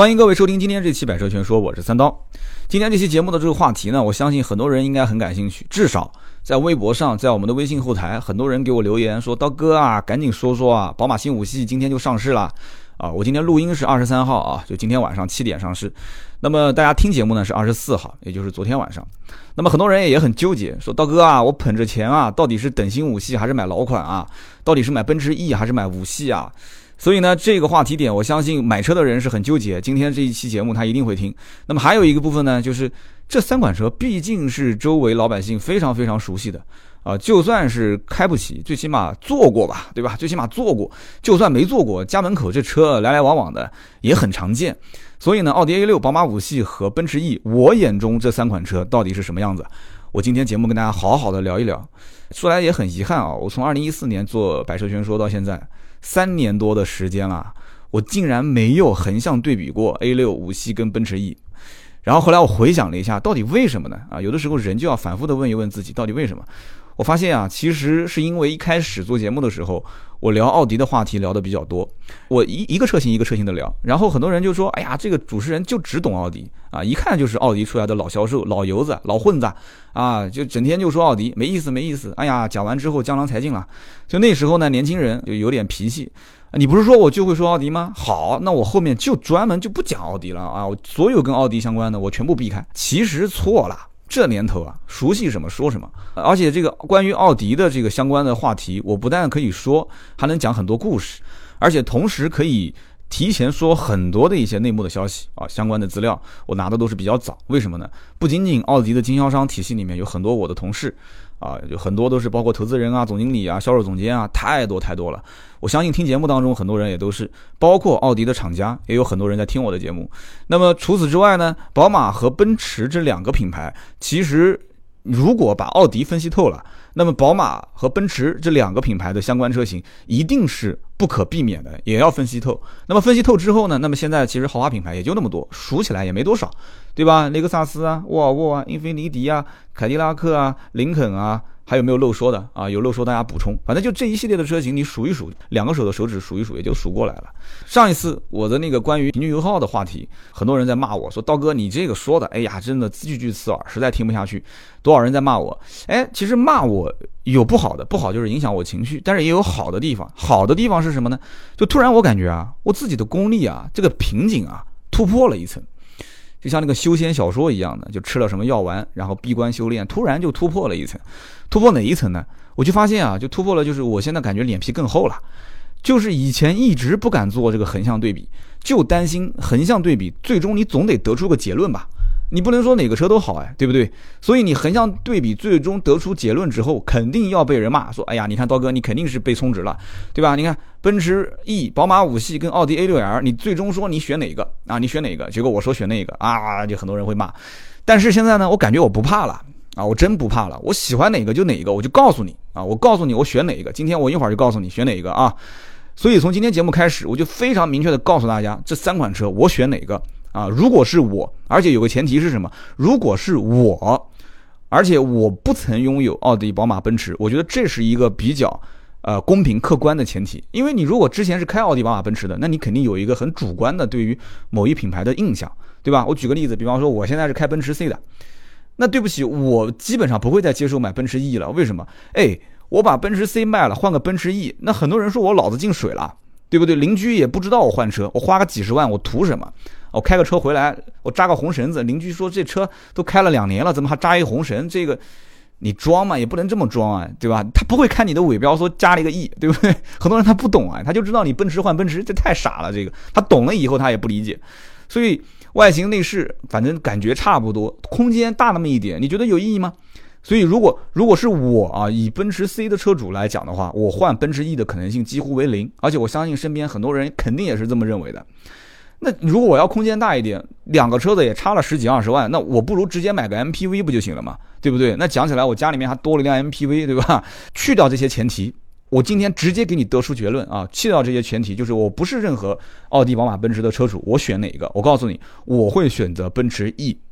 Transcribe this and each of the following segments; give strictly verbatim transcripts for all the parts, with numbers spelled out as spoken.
欢迎各位收听今天这期百车全说，我是三刀。今天这期节目的这个话题呢，我相信很多人应该很感兴趣，至少在微博上，在我们的微信后台，很多人给我留言说，刀哥啊，赶紧说说啊，宝马新五系今天就上市了啊！我今天录音是二十三号啊，就今天晚上七点上市。那么大家听节目呢是二十四号，也就是昨天晚上。那么很多人也很纠结，说刀哥啊，我捧着钱啊，到底是等新五系还是买老款啊？到底是买奔驰 E 还是买五系啊？所以呢，这个话题点，我相信买车的人是很纠结。今天这一期节目他一定会听。那么还有一个部分呢，就是这三款车毕竟是周围老百姓非常非常熟悉的啊、呃，就算是开不起，最起码坐过吧，对吧？最起码坐过，就算没坐过，家门口这车来来往往的也很常见。所以呢，奥迪 A 六、宝马五系和奔驰 E， 我眼中这三款车到底是什么样子？我今天节目跟大家好好的聊一聊。说来也很遗憾啊，我从二零一四年做百车全说到现在。三年多的时间了，我竟然没有横向对比过 A 六、五系跟奔驰 E。然后后来我回想了一下，到底为什么呢？啊，有的时候人就要反复的问一问自己，到底为什么？我发现啊，其实是因为一开始做节目的时候，我聊奥迪的话题聊得比较多，我一一个车型一个车型的聊，然后很多人就说，哎呀，这个主持人就只懂奥迪啊，一看就是奥迪出来的老销售、老油子、老混子啊，就整天就说奥迪，没意思没意思。哎呀，讲完之后江郎才尽了。就那时候呢，年轻人就有点脾气。你不是说我就会说奥迪吗？好，那我后面就专门就不讲奥迪了啊，我所有跟奥迪相关的我全部避开。其实错了。这年头啊，熟悉什么说什么，而且这个关于奥迪的这个相关的话题，我不但可以说，还能讲很多故事，而且同时可以提前说很多的一些内幕的消息啊，相关的资料我拿的都是比较早。为什么呢？不仅仅奥迪的经销商体系里面有很多我的同事啊，有很多都是包括投资人啊、总经理啊、销售总监啊，太多太多了。我相信听节目当中很多人也都是，包括奥迪的厂家也有很多人在听我的节目。那么除此之外呢，宝马和奔驰这两个品牌，其实如果把奥迪分析透了，那么宝马和奔驰这两个品牌的相关车型一定是不可避免的，也要分析透。那么分析透之后呢，那么现在其实豪华品牌也就那么多，数起来也没多少，对吧？雷克萨斯啊、沃尔沃啊、英菲尼迪啊、凯迪拉克啊、林肯啊，还有没有漏说的啊？有漏说大家补充。反正就这一系列的车型，你数一数，两个手的手指数一数，也就数过来了。上一次我的那个关于平均油耗的话题，很多人在骂我说，刀哥你这个说的，哎呀，真的句句刺耳，实在听不下去。多少人在骂我？哎，其实骂我有不好的，不好就是影响我情绪，但是也有好的地方。好的地方是什么呢？就突然我感觉啊，我自己的功力啊，这个瓶颈啊，突破了一层。就像那个修仙小说一样的，就吃了什么药丸，然后闭关修炼，突然就突破了一层。突破哪一层呢？我就发现啊，就突破了，就是我现在感觉脸皮更厚了。就是以前一直不敢做这个横向对比，就担心横向对比，最终你总得得出个结论吧。你不能说哪个车都好哎，对不对？所以你横向对比，最终得出结论之后，肯定要被人骂，说哎呀，你看刀哥，你肯定是被充值了，对吧？你看奔驰 E、宝马五系跟奥迪 A 六 L， 你最终说你选哪个啊？你选哪个？结果我说选哪个啊，就很多人会骂。但是现在呢，我感觉我不怕了啊，我真不怕了，我喜欢哪个就哪个，我就告诉你啊，我告诉你我选哪个。今天我一会儿就告诉你选哪个啊。所以从今天节目开始，我就非常明确的告诉大家，这三款车我选哪个。啊，如果是我，而且有个前提是什么？如果是我，而且我不曾拥有奥迪、宝马、奔驰，我觉得这是一个比较呃公平客观的前提。因为你如果之前是开奥迪、宝马、奔驰的，那你肯定有一个很主观的对于某一品牌的印象，对吧？我举个例子，比方说我现在是开奔驰 C 的，那对不起，我基本上不会再接受买奔驰 E 了。为什么？哎，我把奔驰 C 卖了，换个奔驰 E， 那很多人说我脑子进水了，对不对？邻居也不知道我换车，我花个几十万，我图什么？我开个车回来，我扎个红绳子，邻居说这车都开了两年了，怎么还扎一个红绳？这个你装嘛，也不能这么装啊，对吧？他不会看你的尾标说加了一个 E， 对不对？很多人他不懂啊，他就知道你奔驰换奔驰，这太傻了。这个他懂了以后他也不理解，所以外形内饰反正感觉差不多，空间大那么一点，你觉得有意义吗？所以如果如果是我啊，以奔驰 C 的车主来讲的话，我换奔驰 E 的可能性几乎为零，而且我相信身边很多人肯定也是这么认为的。那如果我要空间大一点，两个车子也差了十几二十万，那我不如直接买个 M P V 不就行了嘛，对不对？那讲起来我家里面还多了一辆 M P V， 对吧？去掉这些前提，我今天直接给你得出结论啊，去掉这些前提，就是我不是任何奥迪、宝马、奔驰的车主，我选哪个？我告诉你，我会选择奔驰 E。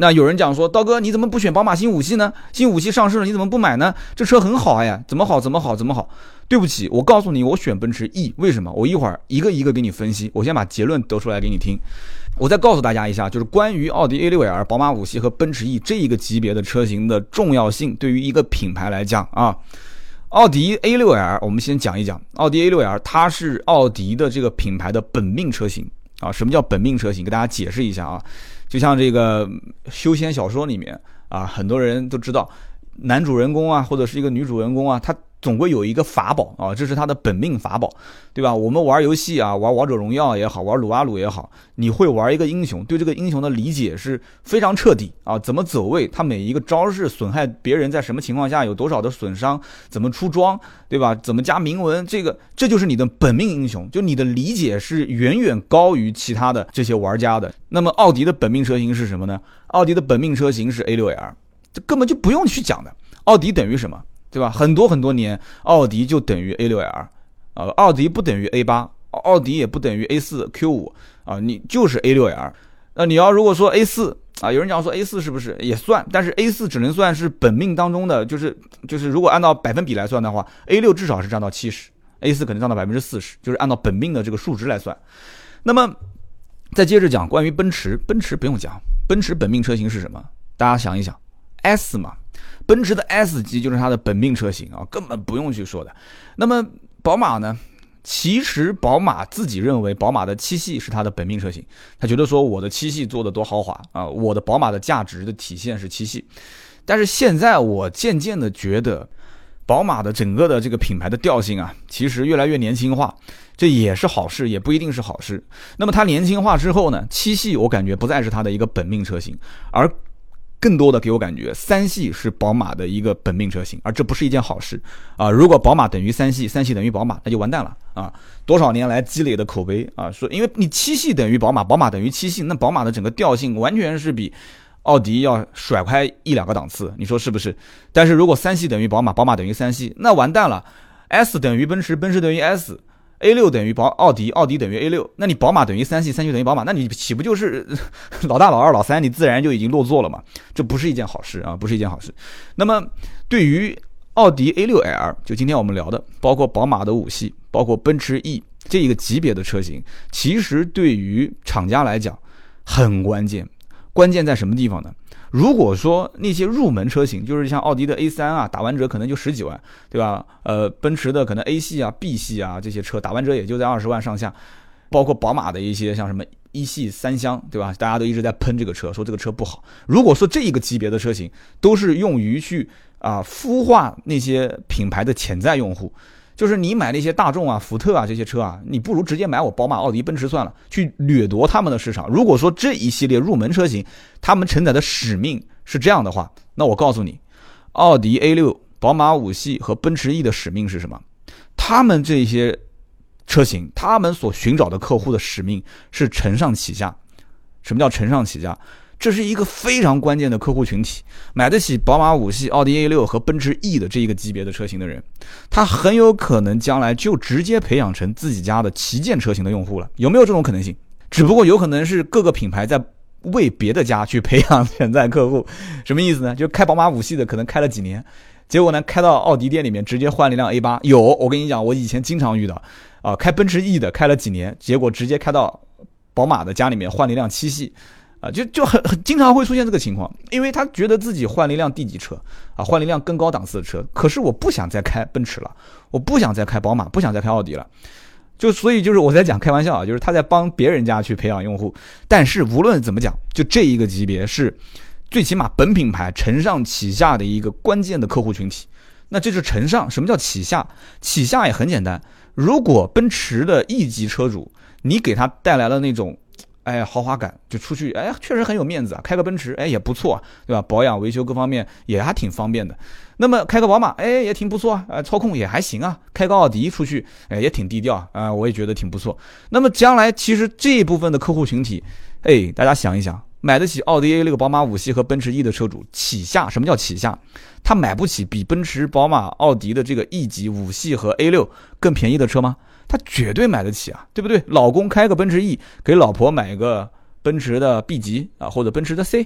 那有人讲说，刀哥你怎么不选宝马新五系呢？新五系上市了你怎么不买呢？这车很好呀，怎么好怎么好怎么好？对不起，我告诉你，我选奔驰 E， 为什么？我一会儿一个一个给你分析，我先把结论得出来给你听。我再告诉大家一下，就是关于奥迪 A 六 L、宝马五系和奔驰 E 这一个级别的车型的重要性，对于一个品牌来讲啊，奥迪 A 六 L 我们先讲一讲，奥迪 A 六 L 它是奥迪的这个品牌的本命车型啊。什么叫本命车型？给大家解释一下啊。就像这个修仙小说里面啊，很多人都知道，男主人公啊，或者是一个女主人公啊，他总归有一个法宝啊，这是他的本命法宝，对吧？我们玩游戏啊，玩王者荣耀也好，玩撸啊撸也好，你会玩一个英雄，对这个英雄的理解是非常彻底啊，怎么走位，他每一个招式损害别人在什么情况下有多少的损伤，怎么出装，对吧？怎么加铭文，这个这就是你的本命英雄，就你的理解是远远高于其他的这些玩家的。那么奥迪的本命车型是什么呢？奥迪的本命车型是 A 六 L， 这根本就不用去讲的。奥迪等于什么？对吧？很多很多年，奥迪就等于 A 六 L， 呃，奥迪不等于 A 八， 奥迪也不等于 A 四 Q 五 啊，你就是 A 六 L。那你要如果说 A 四啊，有人讲说 A 四是不是也算？但是 A 四只能算是本命当中的，就是就是如果按照百分比来算的话 ，A 六至少是占到七十 ，A 四可能占到百分之四十，就是按照本命的这个数值来算。那么再接着讲关于奔驰，奔驰不用讲，奔驰本命车型是什么？大家想一想 ，S 嘛。奔驰的 S 级就是它的本命车型啊，根本不用去说的。那么宝马呢？其实宝马自己认为宝马的七系是它的本命车型，他觉得说我的七系做的多豪华啊，我的宝马的价值的体现是七系。但是现在我渐渐的觉得，宝马的整个的这个品牌的调性啊，其实越来越年轻化，这也是好事，也不一定是好事。那么它年轻化之后呢，七系我感觉不再是它的一个本命车型，而更多的给我感觉三系是宝马的一个本命车型，而这不是一件好事啊！如果宝马等于三系，三系等于宝马，那就完蛋了啊！多少年来积累的口碑啊，说因为你七系等于宝马，宝马等于七系，那宝马的整个调性完全是比奥迪要甩开一两个档次，你说是不是？但是如果三系等于宝马，宝马等于三系，那完蛋了 ，S 等于奔驰，奔驰等于 S。A 六等于宝奥迪，奥迪等于 A 六，那你宝马等于三系，三系等于宝马，那你岂不就是老大老二老三，你自然就已经落座了嘛？这不是一件好事啊，不是一件好事。那么对于奥迪 A 六 L， 就今天我们聊的，包括宝马的五系，包括奔驰 E 这一个级别的车型，其实对于厂家来讲很关键。关键在什么地方呢？如果说那些入门车型，就是像奥迪的 A 三 啊，打完折可能就十几万，对吧？呃，奔驰的可能 A 系啊、B 系啊这些车打完折也就在二十万上下，包括宝马的一些像什么一系三厢，对吧？大家都一直在喷这个车，说这个车不好。如果说这一个级别的车型都是用于去啊孵化那些品牌的潜在用户。就是你买那些大众啊、福特啊这些车啊，你不如直接买我宝马、奥迪、奔驰算了，去掠夺他们的市场。如果说这一系列入门车型，他们承载的使命是这样的话，那我告诉你，奥迪 A 六、宝马五系和奔驰 E 的使命是什么？他们这些车型，他们所寻找的客户的使命是承上启下。什么叫承上启下？这是一个非常关键的客户群体，买得起宝马五系、奥迪 A 六 和奔驰 E 的这一个级别的车型的人，他很有可能将来就直接培养成自己家的旗舰车型的用户了。有没有这种可能性？只不过有可能是各个品牌在为别的家去培养潜在客户。什么意思呢？就开宝马五系的可能开了几年，结果呢开到奥迪店里面直接换了一辆 A 八。有，我跟你讲，我以前经常遇到啊，开奔驰 E 的开了几年，结果直接开到宝马的家里面换了一辆七系。啊，就就很很经常会出现这个情况，因为他觉得自己换了一辆 D 级车啊，换了一辆更高档次的车，可是我不想再开奔驰了，我不想再开宝马，不想再开奥迪了，就所以就是我在讲开玩笑啊，就是他在帮别人家去培养用户，但是无论怎么讲，就这一个级别是最起码本品牌承上启下的一个关键的客户群体。那这是承上，什么叫启下？启下也很简单，如果奔驰的 E 级车主，你给他带来了那种哎，豪华感，就出去，哎，确实很有面子啊，开个奔驰，哎，也不错啊，对吧？保养维修各方面也还挺方便的。那么开个宝马，哎，也挺不错啊，呃，操控也还行啊。开个奥迪出去，哎，也挺低调啊、呃，我也觉得挺不错。那么将来其实这一部分的客户群体，哎，大家想一想，买得起奥迪 A 六、宝马五系和奔驰 E 的车主，起下，什么叫起下？他买不起比奔驰、宝马、奥迪的这个 E 级、五系和 A 六更便宜的车吗？他绝对买得起啊，对不对？老公开个奔驰 E， 给老婆买个奔驰的 B 级啊，或者奔驰的 C，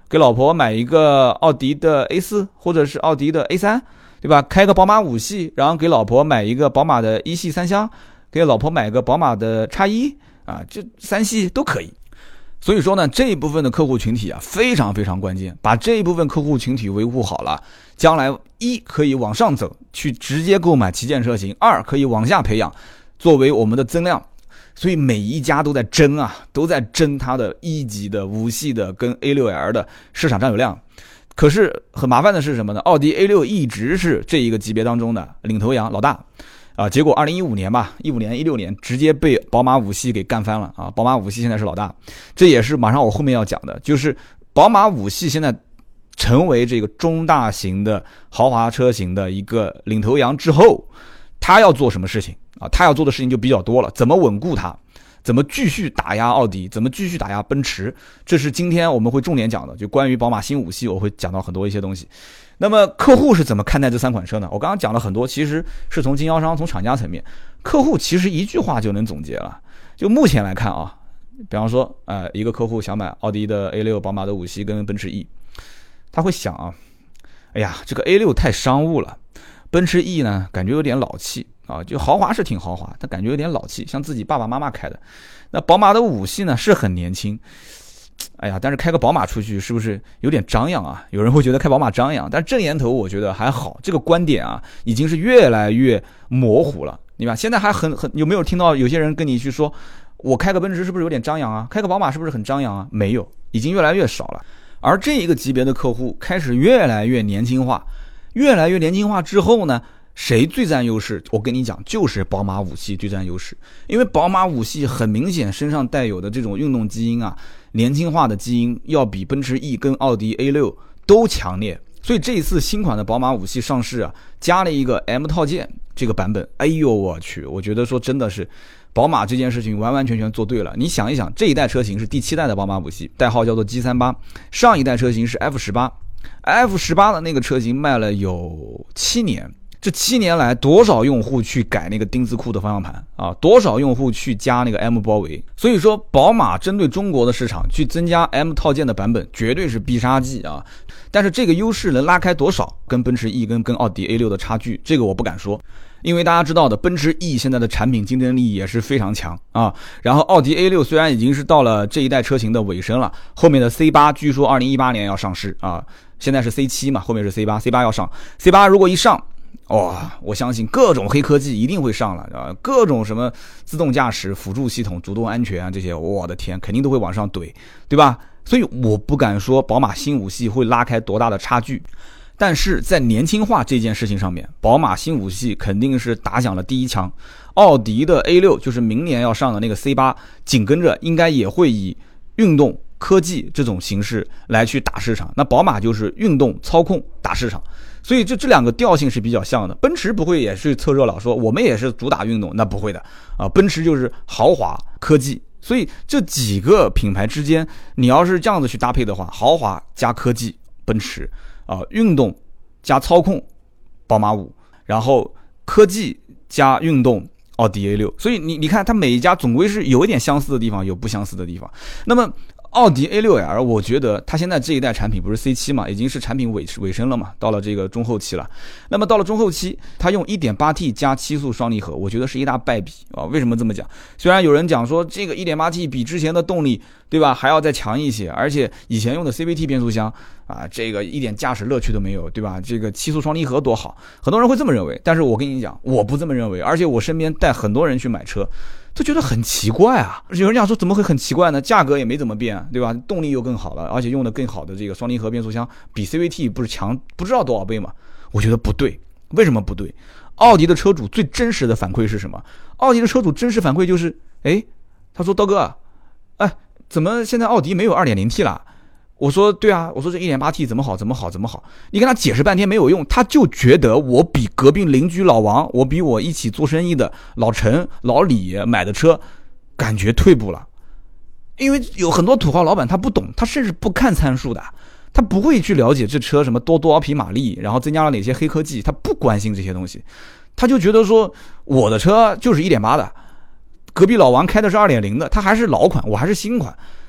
给老婆买一个奥迪的 A 四 或者是奥迪的 A 三，对吧？开个宝马五系，然后给老婆买一个宝马的一系三厢，给老婆买个宝马的 X 一 啊，这三系都可以。所以说呢，这一部分的客户群体啊，非常非常关键。把这一部分客户群体维护好了，将来一可以往上走，去直接购买旗舰车型；二可以往下培养，作为我们的增量。所以每一家都在争啊，都在争它的一级的、五系的跟 A 六 L 的市场占有量。可是很麻烦的是什么呢？奥迪 A 六 一直是这一个级别当中的领头羊老大。啊，结果二零一五年吧，一五年、一六年直接被宝马五系给干翻了啊！宝马五系现在是老大，这也是马上我后面要讲的，就是宝马五系现在成为这个中大型的豪华车型的一个领头羊之后，他要做什么事情啊？他要做的事情就比较多了，怎么稳固它？怎么继续打压奥迪？怎么继续打压奔驰？这是今天我们会重点讲的，就关于宝马新五系，我会讲到很多一些东西。那么客户是怎么看待这三款车呢？我刚刚讲了很多，其实是从经销商、从厂家层面，客户其实一句话就能总结了。就目前来看啊，比方说，呃，一个客户想买奥迪的 A 六、宝马的五系跟奔驰 E， 他会想啊，哎呀，这个 A 六 太商务了，奔驰 E 呢感觉有点老气啊，就豪华是挺豪华，但感觉有点老气，像自己爸爸妈妈开的。那宝马的五系呢是很年轻。哎呀，但是开个宝马出去是不是有点张扬啊？有人会觉得开宝马张扬，但这年头我觉得还好，这个观点啊已经是越来越模糊了，对吧？现在还很很有没有听到有些人跟你去说，我开个奔驰是不是有点张扬啊？开个宝马是不是很张扬啊？没有，已经越来越少了。而这一个级别的客户开始越来越年轻化，越来越年轻化之后呢？谁最占优势？我跟你讲，就是宝马五系最占优势，因为宝马五系很明显身上带有的这种运动基因啊，年轻化的基因要比奔驰 E 跟奥迪 A 六 都强烈。所以这一次新款的宝马五系上市啊，加了一个 M 套件这个版本，哎呦我去，我觉得说真的是宝马这件事情完完全全做对了。你想一想，这一代车型是第七代的宝马五系，代号叫做 G 三八， 上一代车型是 F 十八， F 十八 的那个车型卖了有七年。这七年来，多少用户去改那个丁字裤的方向盘啊？多少用户去加那个 M 包围？所以说，宝马针对中国的市场去增加 M 套件的版本，绝对是必杀技啊！但是这个优势能拉开多少？跟奔驰 E 跟跟奥迪 A 六 的差距，这个我不敢说，因为大家知道的，奔驰 E 现在的产品竞争力也是非常强啊。然后奥迪 A 六 虽然已经是到了这一代车型的尾声了，后面的 C 八 据说二零一八年要上市啊，现在是 C 七 嘛，后面是 C 八， C 八 要上 ，C 八 如果一上。哇、哦，我相信各种黑科技一定会上了啊！各种什么自动驾驶、辅助系统、主动安全啊，这些，我的天，肯定都会往上怼，对吧？所以我不敢说宝马新五系会拉开多大的差距，但是在年轻化这件事情上面，宝马新五系肯定是打响了第一枪。奥迪的 A 六 就是明年要上的那个 C 八， 紧跟着应该也会以运动科技这种形式来去打市场，那宝马就是运动操控打市场。所以这这两个调性是比较像的，奔驰不会也是凑热闹说我们也是主打运动，那不会的啊，奔驰就是豪华科技。所以这几个品牌之间，你要是这样子去搭配的话，豪华加科技，奔驰啊，运动加操控，宝马五，然后科技加运动，奥迪 A 六。所以你你看，它每一家总归是有一点相似的地方，有不相似的地方。那么奥迪 A 六 L 我觉得它现在这一代产品不是 C 七 嘛，已经是产品尾尾声了嘛，到了这个中后期了。那么到了中后期，它用 一点八 T 加七速双离合，我觉得是一大败笔啊。为什么这么讲？虽然有人讲说这个 一点八 T 比之前的动力，对吧，还要再强一些，而且以前用的 C V T 变速箱啊，这个一点驾驶乐趣都没有，对吧？这个七速双离合多好，很多人会这么认为。但是我跟你讲，我不这么认为，而且我身边带很多人去买车，都觉得很奇怪啊。有人讲说怎么会很奇怪呢？价格也没怎么变，对吧？动力又更好了，而且用的更好的这个双离合变速箱，比 C V T 不是强不知道多少倍吗？我觉得不对。为什么不对？奥迪的车主最真实的反馈是什么？奥迪的车主真实反馈就是，哎，他说刀哥，哎，怎么现在奥迪没有 二点零 T 了？我说对啊，我说这 一点八 T 怎么好怎么好怎么好，你跟他解释半天没有用，他就觉得我比隔壁邻居老王，我比我一起做生意的老陈老李买的车感觉退步了。因为有很多土豪老板他不懂，他甚至不看参数的，他不会去了解这车什么多多少匹马力，然后增加了哪些黑科技，他不关心这些东西，他就觉得说我的车就是 一点八 的，隔壁老王开的是 二点零 的，他还是老款，我还是新款。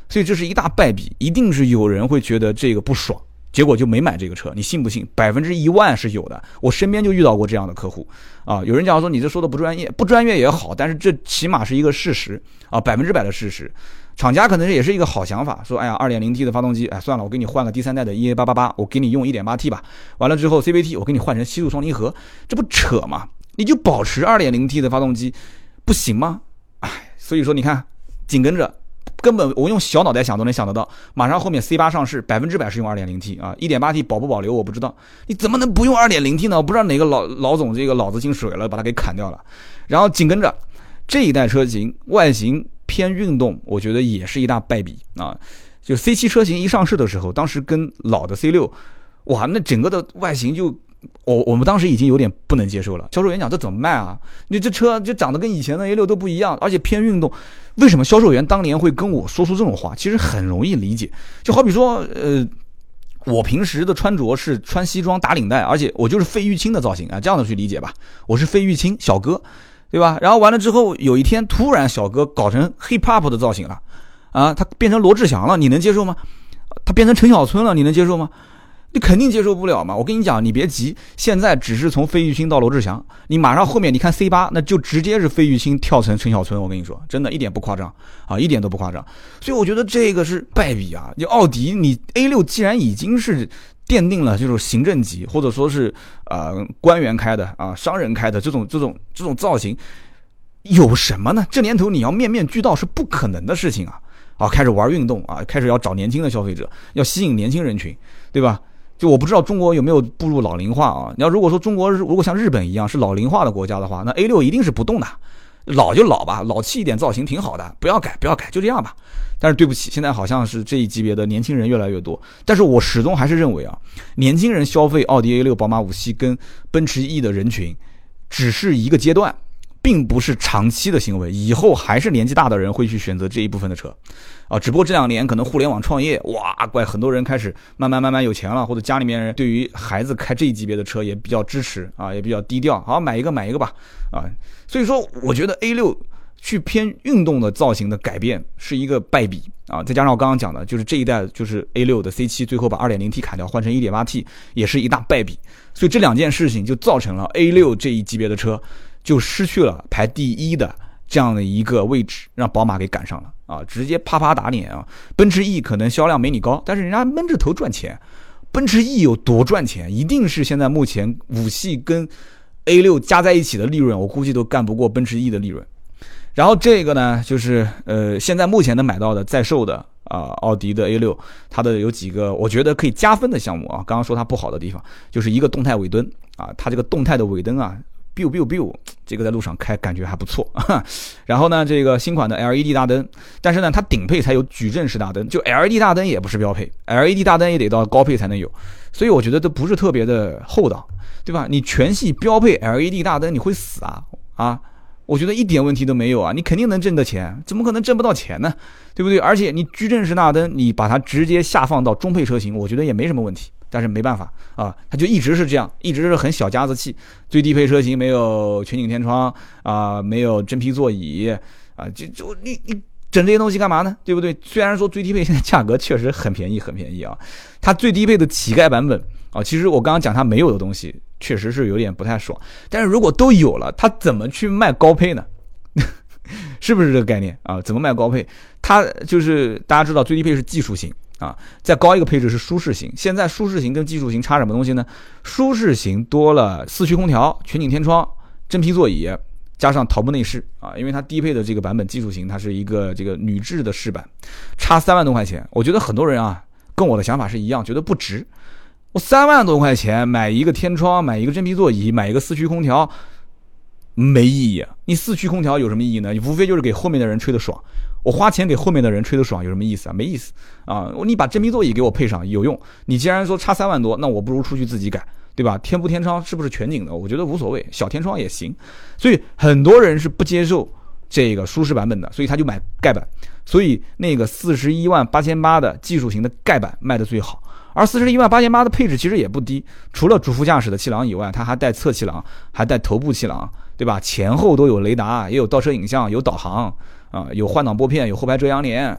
所以这是一大败笔，一定是有人会觉得这个不爽，结果就没买这个车。你信不信？百分之一万是有的，我身边就遇到过这样的客户啊。有人讲说你这说的不专业，不专业也好，但是这起码是一个事实啊，百分之百的事实。厂家可能也是一个好想法，说哎呀 二点零 T 的发动机，哎算了，我给你换个第三代的 E A 八八八，我给你用 一点八 T 吧。完了之后 C V T 我给你换成七速双离合，这不扯吗？你就保持 二点零 T 的发动机不行吗？哎，所以说你看紧跟着。根本我用小脑袋想都能想得到，马上后面 C 八 上市，百分之百是用 二点零 T 啊 ，一点八 T 保不保留我不知道，你怎么能不用 二点零 T 呢？我不知道哪个老老总这个脑子进水了，把它给砍掉了。然后紧跟着这一代车型外形偏运动，我觉得也是一大败笔啊。就 C 七 车型一上市的时候，当时跟老的 C 六，哇，那整个的外形就。我我们当时已经有点不能接受了，销售员讲这怎么卖啊？你这车就长得跟以前的 A 六都不一样，而且偏运动。为什么销售员当年会跟我说出这种话？其实很容易理解，就好比说，呃，我平时的穿着是穿西装打领带，而且我就是费玉清的造型啊，这样的去理解吧。我是费玉清小哥，对吧？然后完了之后，有一天突然小哥搞成 hip hop 的造型了，啊，他变成罗志祥了，你能接受吗？他变成陈小春了，你能接受吗？你肯定接受不了嘛！我跟你讲，你别急，现在只是从费玉清到罗志祥，你马上后面你看 C 八，那就直接是费玉清跳成陈小春，我跟你说，真的一点不夸张啊，一点都不夸张。所以我觉得这个是败笔啊！就奥迪，你 A 六既然已经是奠定了就是行政级或者说是呃官员开的啊商人开的这种这种这种造型，有什么呢？这年头你要面面俱到是不可能的事情啊！啊，开始玩运动啊，开始要找年轻的消费者，要吸引年轻人群，对吧？就我不知道中国有没有步入老龄化啊？你要如果说中国如果像日本一样是老龄化的国家的话，那 A 六 一定是不动的，老就老吧，老气一点造型挺好的，不要改不要改，就这样吧。但是对不起，现在好像是这一级别的年轻人越来越多，但是我始终还是认为啊，年轻人消费奥迪 A 六、宝马五系跟奔驰 E 的人群只是一个阶段，并不是长期的行为，以后还是年纪大的人会去选择这一部分的车啊，只不过这两年可能互联网创业，哇，怪很多人开始慢慢慢慢有钱了，或者家里面人对于孩子开这一级别的车也比较支持啊，也比较低调，好买一个买一个吧啊，所以说我觉得 A 六 去偏运动的造型的改变是一个败笔啊，再加上我刚刚讲的，就是这一代就是 A 六 的 C 七 最后把 二点零 T 砍掉换成 一点八 T 也是一大败笔，所以这两件事情就造成了 A 六 这一级别的车就失去了排第一的这样的一个位置，让宝马给赶上了啊，直接啪啪打脸啊！奔驰 E 可能销量没你高，但是人家闷着头赚钱。奔驰 E 有多赚钱？一定是现在目前五系跟 A 六 加在一起的利润，我估计都干不过奔驰 E 的利润。然后这个呢，就是呃，现在目前能买到的在售的啊、呃，奥迪的 A 六，它的有几个我觉得可以加分的项目啊。刚刚说它不好的地方，就是一个动态尾灯啊，它这个动态的尾灯啊。biu biu biu， 这个在路上开感觉还不错。然后呢，这个新款的 L E D 大灯，但是呢，它顶配才有矩阵式大灯，就 L E D 大灯也不是标配 ，L E D 大灯也得到高配才能有，所以我觉得这不是特别的厚道，对吧？你全系标配 L E D 大灯，你会死啊啊！我觉得一点问题都没有啊，你肯定能挣到钱，怎么可能挣不到钱呢？对不对？而且你矩阵式大灯，你把它直接下放到中配车型，我觉得也没什么问题。但是没办法啊，它就一直是这样，一直是很小家子气。最低配车型没有全景天窗啊，没有真皮座椅啊，就就你你整这些东西干嘛呢？对不对？虽然说最低配现在价格确实很便宜，很便宜啊，它最低配的乞丐版本啊，其实我刚刚讲它没有的东西，确实是有点不太爽。但是如果都有了，它怎么去卖高配呢？是不是这个概念啊？怎么卖高配？它就是大家知道最低配是技术型。啊，再高一个配置是舒适型。现在舒适型跟技术型差什么东西呢？舒适型多了四驱空调、全景天窗、真皮座椅，加上头部内饰啊。因为它低配的这个版本技术型，它是一个这个铝制的饰板，差三万多块钱。我觉得很多人啊，跟我的想法是一样，觉得不值。我三万多块钱买一个天窗，买一个真皮座椅，买一个四驱空调，没意义。你四驱空调有什么意义呢？你无非就是给后面的人吹得爽。我花钱给后面的人吹得爽有什么意思啊？没意思啊！你把真皮座椅给我配上有用。你既然说差三万多，那我不如出去自己改，对吧？天不天窗是不是全景的？我觉得无所谓，小天窗也行。所以很多人是不接受这个舒适版本的，所以他就买盖板。所以那个四十一万八千八的技术型的盖板卖的最好。而四十一万八千八的配置其实也不低，除了主副驾驶的气囊以外，它还带侧气囊，还带头部气囊，对吧？前后都有雷达，也有倒车影像，有导航。啊，有换挡拨片，有后排遮阳帘，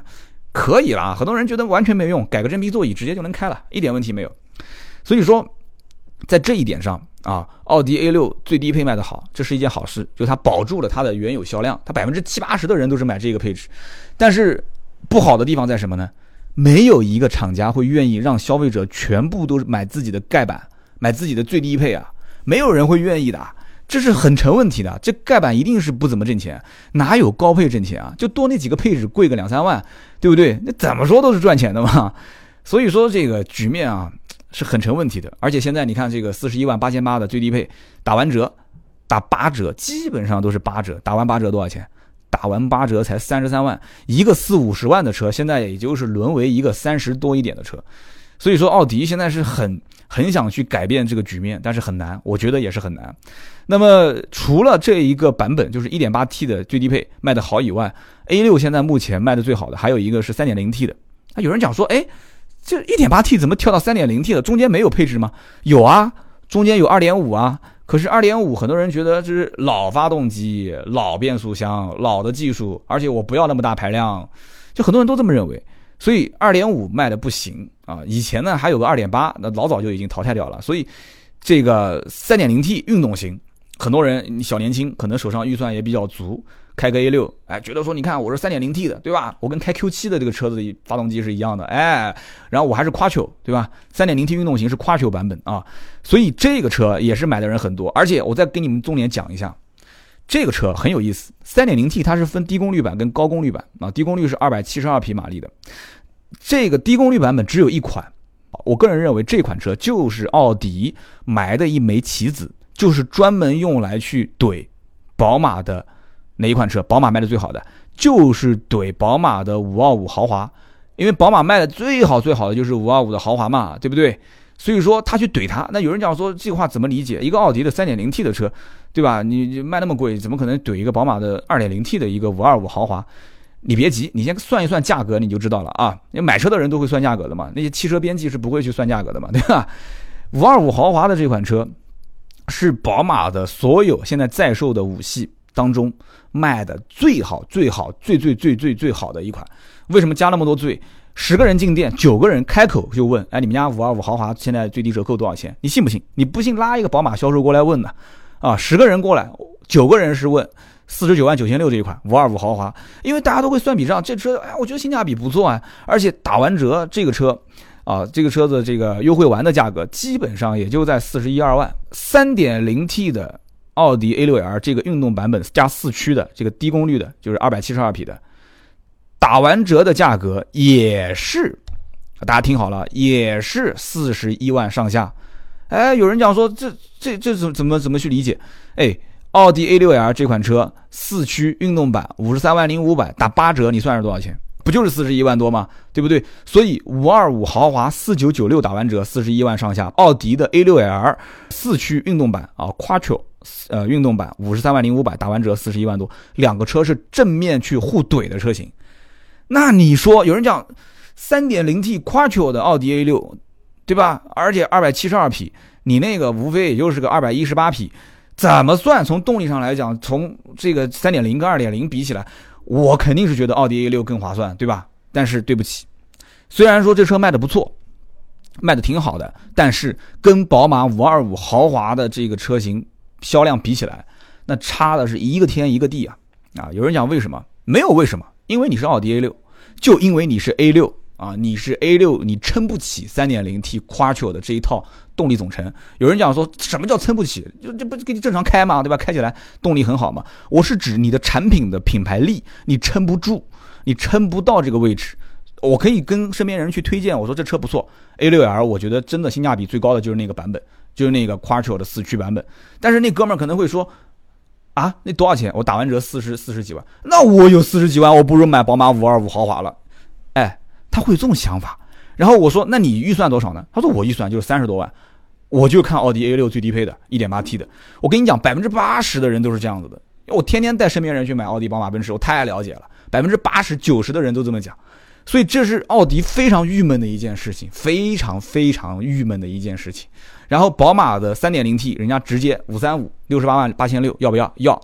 可以啦，很多人觉得完全没用，改个真皮座椅直接就能开了，一点问题没有。所以说在这一点上啊，奥迪 A 六 最低配卖的好，这是一件好事，就它保住了它的原有销量，它百分之七八十的人都是买这个配置。但是不好的地方在什么呢？没有一个厂家会愿意让消费者全部都买自己的盖板，买自己的最低配啊，没有人会愿意的，这是很成问题的。这盖板一定是不怎么挣钱，哪有高配挣钱啊？就多那几个配置，贵个两三万，对不对？那怎么说都是赚钱的嘛。所以说这个局面啊是很成问题的。而且现在你看这个四十一万八千八的最低配，打完折，打八折，基本上都是八折。打完八折多少钱？打完八折才三十三万，一个四五十万的车，现在也就是沦为一个三十多一点的车。所以说奥迪现在是很很想去改变这个局面，但是很难，我觉得也是很难。那么除了这一个版本就是 一点八 T 的最低配卖得好以外， A 六 现在目前卖得最好的还有一个是 三点零 T 的。啊，有人讲说，哎，这 一点八 T 怎么跳到 三点零 T 了？中间没有配置吗？有啊，中间有 二点五 啊。可是 二点五 很多人觉得这是老发动机、老变速箱、老的技术，而且我不要那么大排量，就很多人都这么认为。所以 二点五 卖的不行啊。以前呢还有个 二点八， 那老早就已经淘汰掉了。所以这个 三点零 T 运动型，很多人小年轻可能手上预算也比较足，开个 A 六， 哎，觉得说你看我是 三点零 T 的，对吧？我跟开 Q 七 的这个车子的发动机是一样的，哎，然后我还是 Quattro， 对吧？ 三点零 T 运动型是 Quattro 版本啊，所以这个车也是买的人很多。而且我再给你们重点讲一下，这个车很有意思， 三点零 T 它是分低功率版跟高功率版啊，低功率是二百七十二匹马力的，这个低功率版本只有一款。我个人认为这款车就是奥迪埋的一枚棋子，就是专门用来去怼宝马的哪一款车？宝马卖的最好的就是怼宝马的五二五豪华，因为宝马卖的最好最好的就是五二五的豪华嘛，对不对？所以说他去怼它。那有人讲说这个话怎么理解？一个奥迪的 三点零 T 的车，对吧？你卖那么贵，怎么可能怼一个宝马的 二点零 T 的一个五二五豪华？你别急，你先算一算价格你就知道了啊。因为买车的人都会算价格的嘛，那些汽车编辑是不会去算价格的嘛，对吧？五二五豪华的这款车是宝马的所有现在在售的五系当中卖的最好最好最最最最最好的一款。为什么加那么多最？十个人进店，九个人开口就问，哎，你们家五二五豪华现在最低折扣多少钱？你信不信？你不信拉一个宝马销售过来问的啊，十个人过来，九个人是问四十九万九千六这一款五二五豪华，因为大家都会算笔账，这车哎，我觉得性价比不错啊，而且打完折这个车啊，这个车子这个优惠完的价格基本上也就在四十一二万。三点零 T 的奥迪 A 六 L 这个运动版本加四驱的这个低功率的，就是二百七十二匹的，打完折的价格也是，大家听好了，也是四十一万上下。哎，有人讲说这这这怎么怎么去理解？哎，奥迪 A 六 L 这款车四驱运动版五十三万零五百，打八折你算是多少钱？不就是四十一万多吗？对不对？所以五二五豪华四九九六打完折四十一万上下，奥迪的 A 六 L 四驱运动版啊 Quattro 呃运动版五十三万零五百打完折四十一万多，两个车是正面去互怼的车型。那你说有人讲 三点零 T Quattro 的奥迪 A 六， 对吧？而且二百七十二匹，你那个无非也就是个二百一十八匹，怎么算？从动力上来讲，从这个 三点零 跟 二点零 比起来，我肯定是觉得奥迪 A 六 更划算，对吧？但是对不起，虽然说这车卖的不错，卖的挺好的，但是跟宝马五二五豪华的这个车型销量比起来，那差的是一个天一个地啊！啊，有人讲为什么？没有为什么，因为你是奥迪 A 六， 就因为你是 A 六啊，你是 A 六， 你撑不起 三点零 T Quattro 的这一套动力总成。有人讲说什么叫撑不起？就这不给你正常开嘛，对吧？开起来动力很好嘛。我是指你的产品的品牌力，你撑不住，你撑不到这个位置。我可以跟身边人去推荐，我说这车不错 ，A 六 L 我觉得真的性价比最高的就是那个版本，就是那个 Quattro 的四驱版本。但是那哥们儿可能会说，啊，那多少钱？我打完折四十四十几万，那我有四十几万，我不如买宝马五二五豪华了。哎，他会有这种想法。然后我说，那你预算多少呢？他说我预算就是三十多万，我就看奥迪 A 六 最低配的 一点八 T 的。我跟你讲，百分之八十的人都是这样子的。我天天带身边人去买奥迪、宝马、奔驰，我太了解了，百分之八十、九十的人都这么讲。所以这是奥迪非常郁闷的一件事情，非常非常郁闷的一件事情。然后宝马的 三点零 T 人家直接五三五六十八万八千六，要不要？要。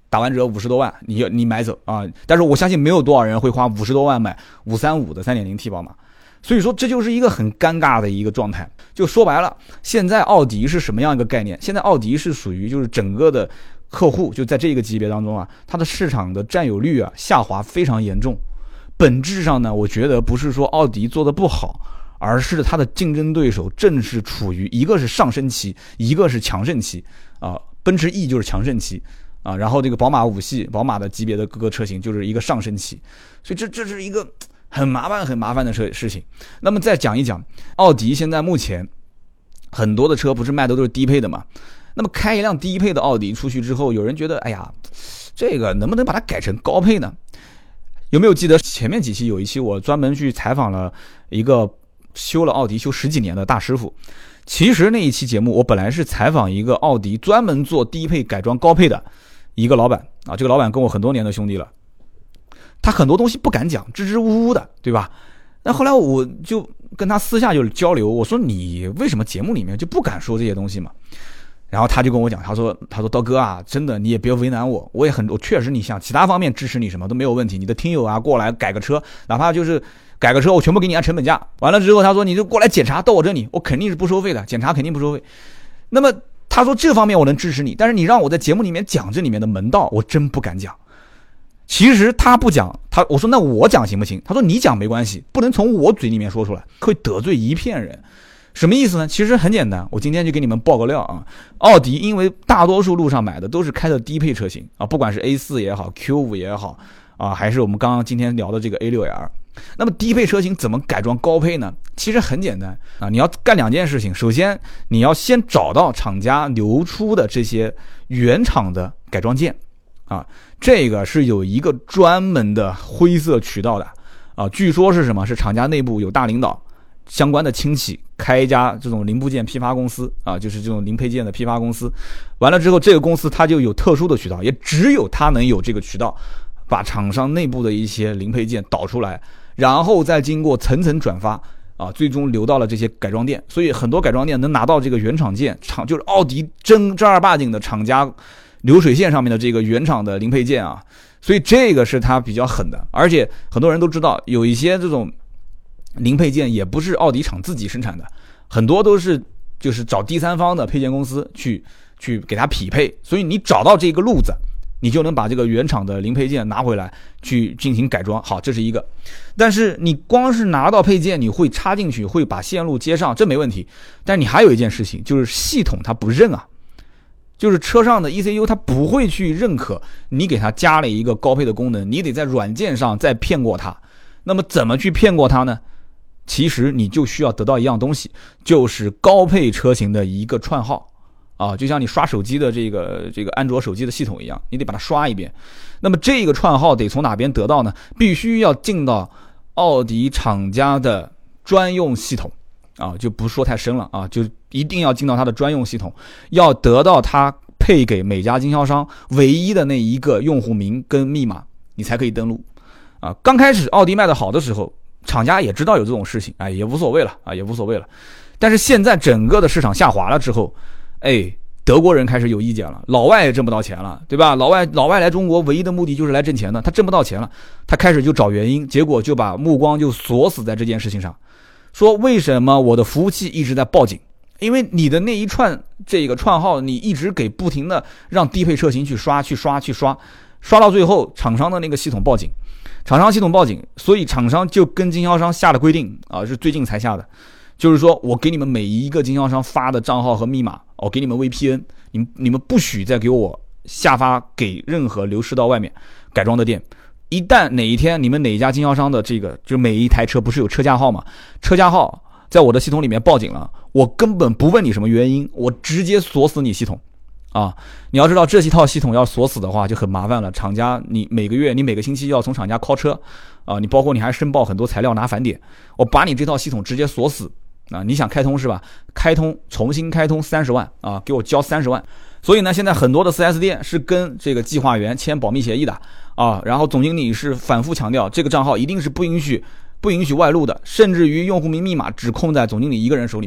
打完折五十多万，你你买走啊！但是我相信没有多少人会花五十多万买五三五的 三点零 T 宝马，所以说这就是一个很尴尬的一个状态。就说白了，现在奥迪是什么样一个概念？现在奥迪是属于就是整个的客户就在这个级别当中啊，它的市场的占有率啊下滑非常严重。本质上呢，我觉得不是说奥迪做的不好，而是它的竞争对手正是处于一个是上升期，一个是强盛期啊。奔驰 E 就是强盛期啊，然后这个宝马五系、宝马的级别的各个车型就是一个上升期，所以这这是一个很麻烦、很麻烦的事事情。那么再讲一讲，奥迪现在目前很多的车不是卖的都是低配的嘛？那么开一辆低配的奥迪出去之后，有人觉得，哎呀，这个能不能把它改成高配呢？有没有记得前面几期有一期我专门去采访了一个修了奥迪修十几年的大师傅？其实那一期节目我本来是采访一个奥迪专门做低配改装高配的一个老板啊，这个老板跟我很多年的兄弟了，他很多东西不敢讲，支支吾吾的，对吧？那后来我就跟他私下就交流，我说你为什么节目里面就不敢说这些东西嘛？然后他就跟我讲，他说他说刀哥啊，真的你也别为难我，我也很我确实你想其他方面支持你什么都没有问题，你的听友啊过来改个车，哪怕就是改个车我全部给你按成本价，完了之后他说你就过来检查到我这里，我肯定是不收费的，检查肯定不收费。那么他说这方面我能支持你，但是你让我在节目里面讲这里面的门道，我真不敢讲。其实他不讲，他我说那我讲行不行？他说你讲没关系，不能从我嘴里面说出来，会得罪一片人。什么意思呢？其实很简单，我今天就给你们爆个料啊。奥迪因为大多数路上买的都是开的低配车型啊，不管是 A 四 也好 Q 五 也好啊，还是我们刚刚今天聊的这个 A 六 L， 那么低配车型怎么改装高配呢？其实很简单啊，你要干两件事情。首先你要先找到厂家流出的这些原厂的改装件啊，这个是有一个专门的灰色渠道的啊，据说是什么？是厂家内部有大领导相关的亲戚开一家这种零部件批发公司啊，就是这种零配件的批发公司。完了之后，这个公司它就有特殊的渠道，也只有它能有这个渠道，把厂商内部的一些零配件导出来，然后再经过层层转发啊，最终流到了这些改装店。所以很多改装店能拿到这个原厂件，厂就是奥迪正正儿八经的厂家流水线上面的这个原厂的零配件啊，所以这个是它比较狠的。而且很多人都知道，有一些这种零配件也不是奥迪厂自己生产的，很多都是就是找第三方的配件公司去去给它匹配，所以你找到这个路子，你就能把这个原厂的零配件拿回来去进行改装。好，这是一个。但是你光是拿到配件，你会插进去，会把线路接上，这没问题。但你还有一件事情，就是系统它不认啊，就是车上的 E C U 它不会去认可你给它加了一个高配的功能，你得在软件上再骗过它。那么怎么去骗过它呢？其实你就需要得到一样东西，就是高配车型的一个串号啊，就像你刷手机的这个这个安卓手机的系统一样，你得把它刷一遍。那么这个串号得从哪边得到呢？必须要进到奥迪厂家的专用系统啊，就不说太深了啊，就一定要进到它的专用系统，要得到它配给每家经销商唯一的那一个用户名跟密码，你才可以登录啊。刚开始奥迪卖的好的时候，厂家也知道有这种事情，哎，也无所谓了啊，也无所谓了。但是现在整个的市场下滑了之后，哎，德国人开始有意见了，老外也挣不到钱了，对吧？老外老外来中国唯一的目的就是来挣钱的，他挣不到钱了，他开始就找原因，结果就把目光就锁死在这件事情上，说为什么我的服务器一直在报警？因为你的那一串这个串号，你一直给不停的让低配车型去刷去刷去刷，刷到最后厂商的那个系统报警。厂商系统报警，所以厂商就跟经销商下了规定啊，是最近才下的，就是说我给你们每一个经销商发的账号和密码，我给你们 V P N， 你们你们不许再给我下发给任何流失到外面改装的店。一旦哪一天你们哪一家经销商的这个，就每一台车不是有车架号吗？车架号在我的系统里面报警了，我根本不问你什么原因，我直接锁死你系统。啊，你要知道这一套系统要锁死的话就很麻烦了。厂家你每个月你每个星期要从厂家 call 车啊，你包括你还申报很多材料拿返点，我把你这套系统直接锁死啊！你想开通是吧？开通重新开通三十万啊，给我交三十万。所以呢，现在很多的 四 S 店是跟这个计划员签保密协议的啊，然后总经理是反复强调这个账号一定是不允许不允许外露的，甚至于用户名密码只控在总经理一个人手里面。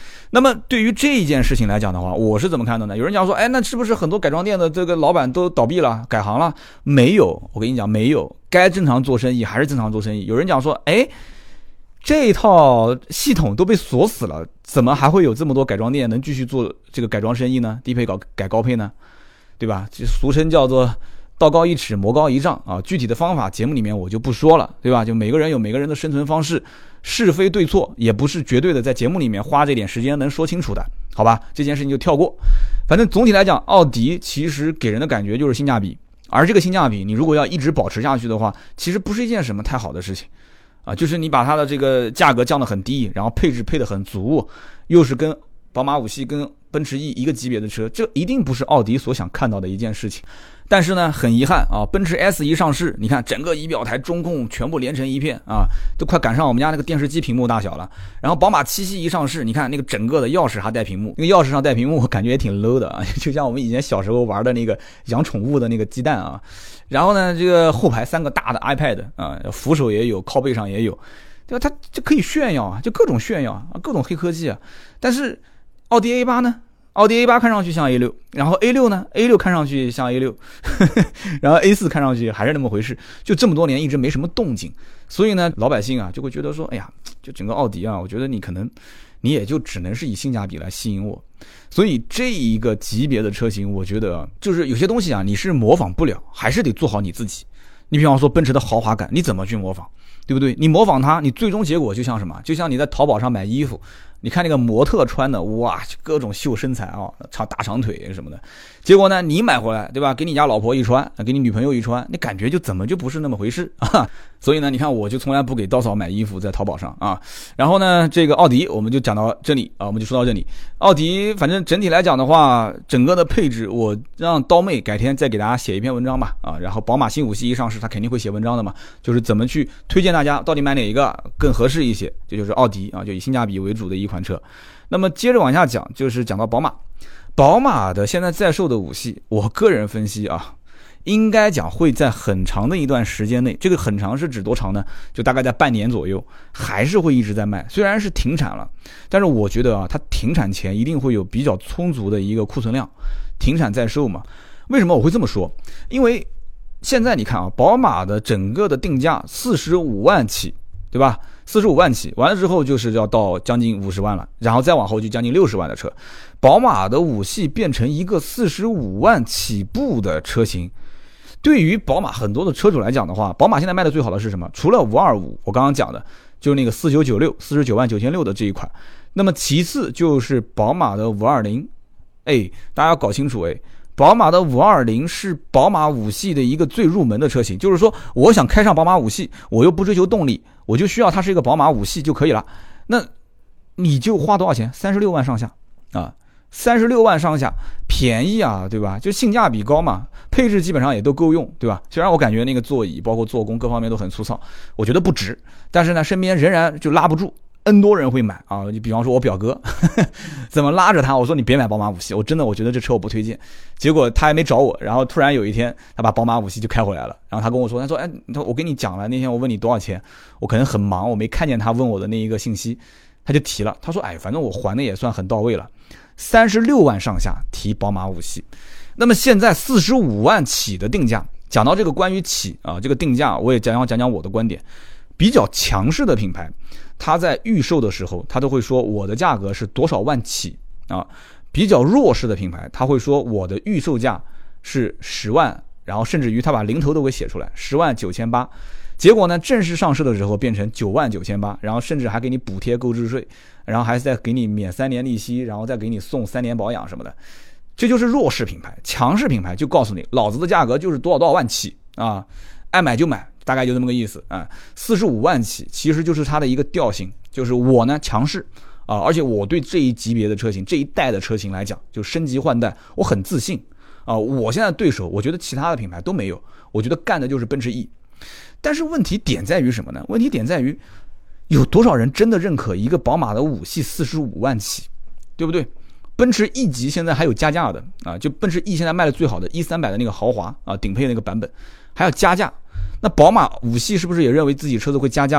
那么对于这一件事情来讲的话，我是怎么看的呢？有人讲说，哎，那是不是很多改装店的这个老板都倒闭了，改行了？没有，我跟你讲，没有，该正常做生意还是正常做生意。有人讲说，哎，这一套系统都被锁死了，怎么还会有这么多改装店能继续做这个改装生意呢？低配搞改高配呢？对吧？这俗称叫做道高一尺，魔高一丈啊！具体的方法节目里面我就不说了，对吧？就每个人有每个人的生存方式，是非对错也不是绝对的，在节目里面花这点时间能说清楚的，好吧？这件事情就跳过。反正总体来讲，奥迪其实给人的感觉就是性价比，而这个性价比，你如果要一直保持下去的话，其实不是一件什么太好的事情啊。就是你把它的这个价格降得很低，然后配置配得很足，又是跟宝马五系跟奔驰 E 一个级别的车，这一定不是奥迪所想看到的一件事情。但是呢，很遗憾啊，奔驰 S 一上市，你看整个仪表台中控全部连成一片啊，都快赶上我们家那个电视机屏幕大小了。然后宝马七系一上市，你看那个整个的钥匙还带屏幕，那个钥匙上带屏幕，我感觉也挺 low 的啊，就像我们以前小时候玩的那个养宠物的那个鸡蛋啊。然后呢，这个后排三个大的 iPad 啊，扶手也有，靠背上也有，对吧？它就可以炫耀啊，就各种炫耀啊，各种黑科技啊。但是奥迪 A 八呢？奥迪 A 八看上去像 A 六， 然后 A 六 呢 A 六 看上去像 A 六 然后 A 四 看上去还是那么回事，就这么多年一直没什么动静。所以呢，老百姓啊就会觉得说，哎呀，就整个奥迪啊，我觉得你可能你也就只能是以性价比来吸引我。所以这一个级别的车型，我觉得就是有些东西啊你是模仿不了，还是得做好你自己。你比方说奔驰的豪华感，你怎么去模仿，对不对？你模仿它，你最终结果就像什么？就像你在淘宝上买衣服，你看那个模特穿的，哇，各种秀身材啊，长大长腿什么的。结果呢，你买回来，对吧？给你家老婆一穿，给你女朋友一穿，你感觉就怎么就不是那么回事啊？所以呢，你看我就从来不给刀嫂买衣服在淘宝上啊。然后呢，这个奥迪我们就讲到这里啊，我们就说到这里。奥迪反正整体来讲的话，整个的配置我让刀妹改天再给大家写一篇文章吧啊。然后宝马新五系一上市，他肯定会写文章的嘛，就是怎么去推荐大家到底买哪一个更合适一些。这就是奥迪啊，就以性价比为主的一款车。那么接着往下讲，就是讲到宝马。宝马的现在在售的五系，我个人分析啊，应该讲会在很长的一段时间内，这个很长是指多长呢？就大概在半年左右，还是会一直在卖。虽然是停产了，但是我觉得啊，它停产前一定会有比较充足的一个库存量，停产在售嘛。为什么我会这么说？因为现在你看啊，宝马的整个的定价四十五万起，对吧？四十五万起，完了之后就是要到将近五十万了，然后再往后就将近六十万的车。宝马的五系变成一个四十五万起步的车型，对于宝马很多的车主来讲的话，宝马现在卖的最好的是什么？除了五二五，我刚刚讲的就是那个四九九六，四十九万九千六的这一款。那么其次就是宝马的五二零，哎，大家要搞清楚哎。宝马的五二零是宝马五系的一个最入门的车型，就是说我想开上宝马五系，我又不追求动力，我就需要它是一个宝马五系就可以了。那你就花多少钱？三十六万上下啊，三十六万上下，便宜啊，对吧？就性价比高嘛，配置基本上也都够用，对吧？虽然我感觉那个座椅包括做工各方面都很粗糙，我觉得不值，但是呢，身边仍然就拉不住。N 多人会买啊，你比方说我表哥呵呵怎么拉着他，我说你别买宝马五系，我真的我觉得这车我不推荐。结果他还没找我，然后突然有一天他把宝马五系就开回来了，然后他跟我说，他说哎，我跟你讲了，那天我问你多少钱，我可能很忙，我没看见他问我的那一个信息，他就提了，他说哎，反正我还的也算很到位了，三十六万上下提宝马五系。那么现在四十五万起的定价，讲到这个关于起啊这个定价，我也讲讲讲讲我的观点。比较强势的品牌，它在预售的时候，它都会说我的价格是多少万起啊。比较弱势的品牌，它会说我的预售价是十万，然后甚至于他把零头都给写出来，十万九千八。结果呢，正式上市的时候变成九万九千八，然后甚至还给你补贴购置税，然后还再给你免三年利息，然后再给你送三年保养什么的。这就是弱势品牌。强势品牌就告诉你，老子的价格就是多少多少万起啊，爱买就买。大概就这么个意思啊，四十五万起，其实就是它的一个调性，就是我呢强势啊，而且我对这一级别的车型、这一代的车型来讲，就升级换代，我很自信啊。我现在对手，我觉得其他的品牌都没有，我觉得干的就是奔驰 E。但是问题点在于什么呢？问题点在于有多少人真的认可一个宝马的五系四十五万起，对不对？奔驰 E 级现在还有加价的啊，就奔驰 E 现在卖的最好的 E 三百的那个豪华啊，顶配的那个版本还要加价。那宝马五系是不是也认为自己车子会加价呢？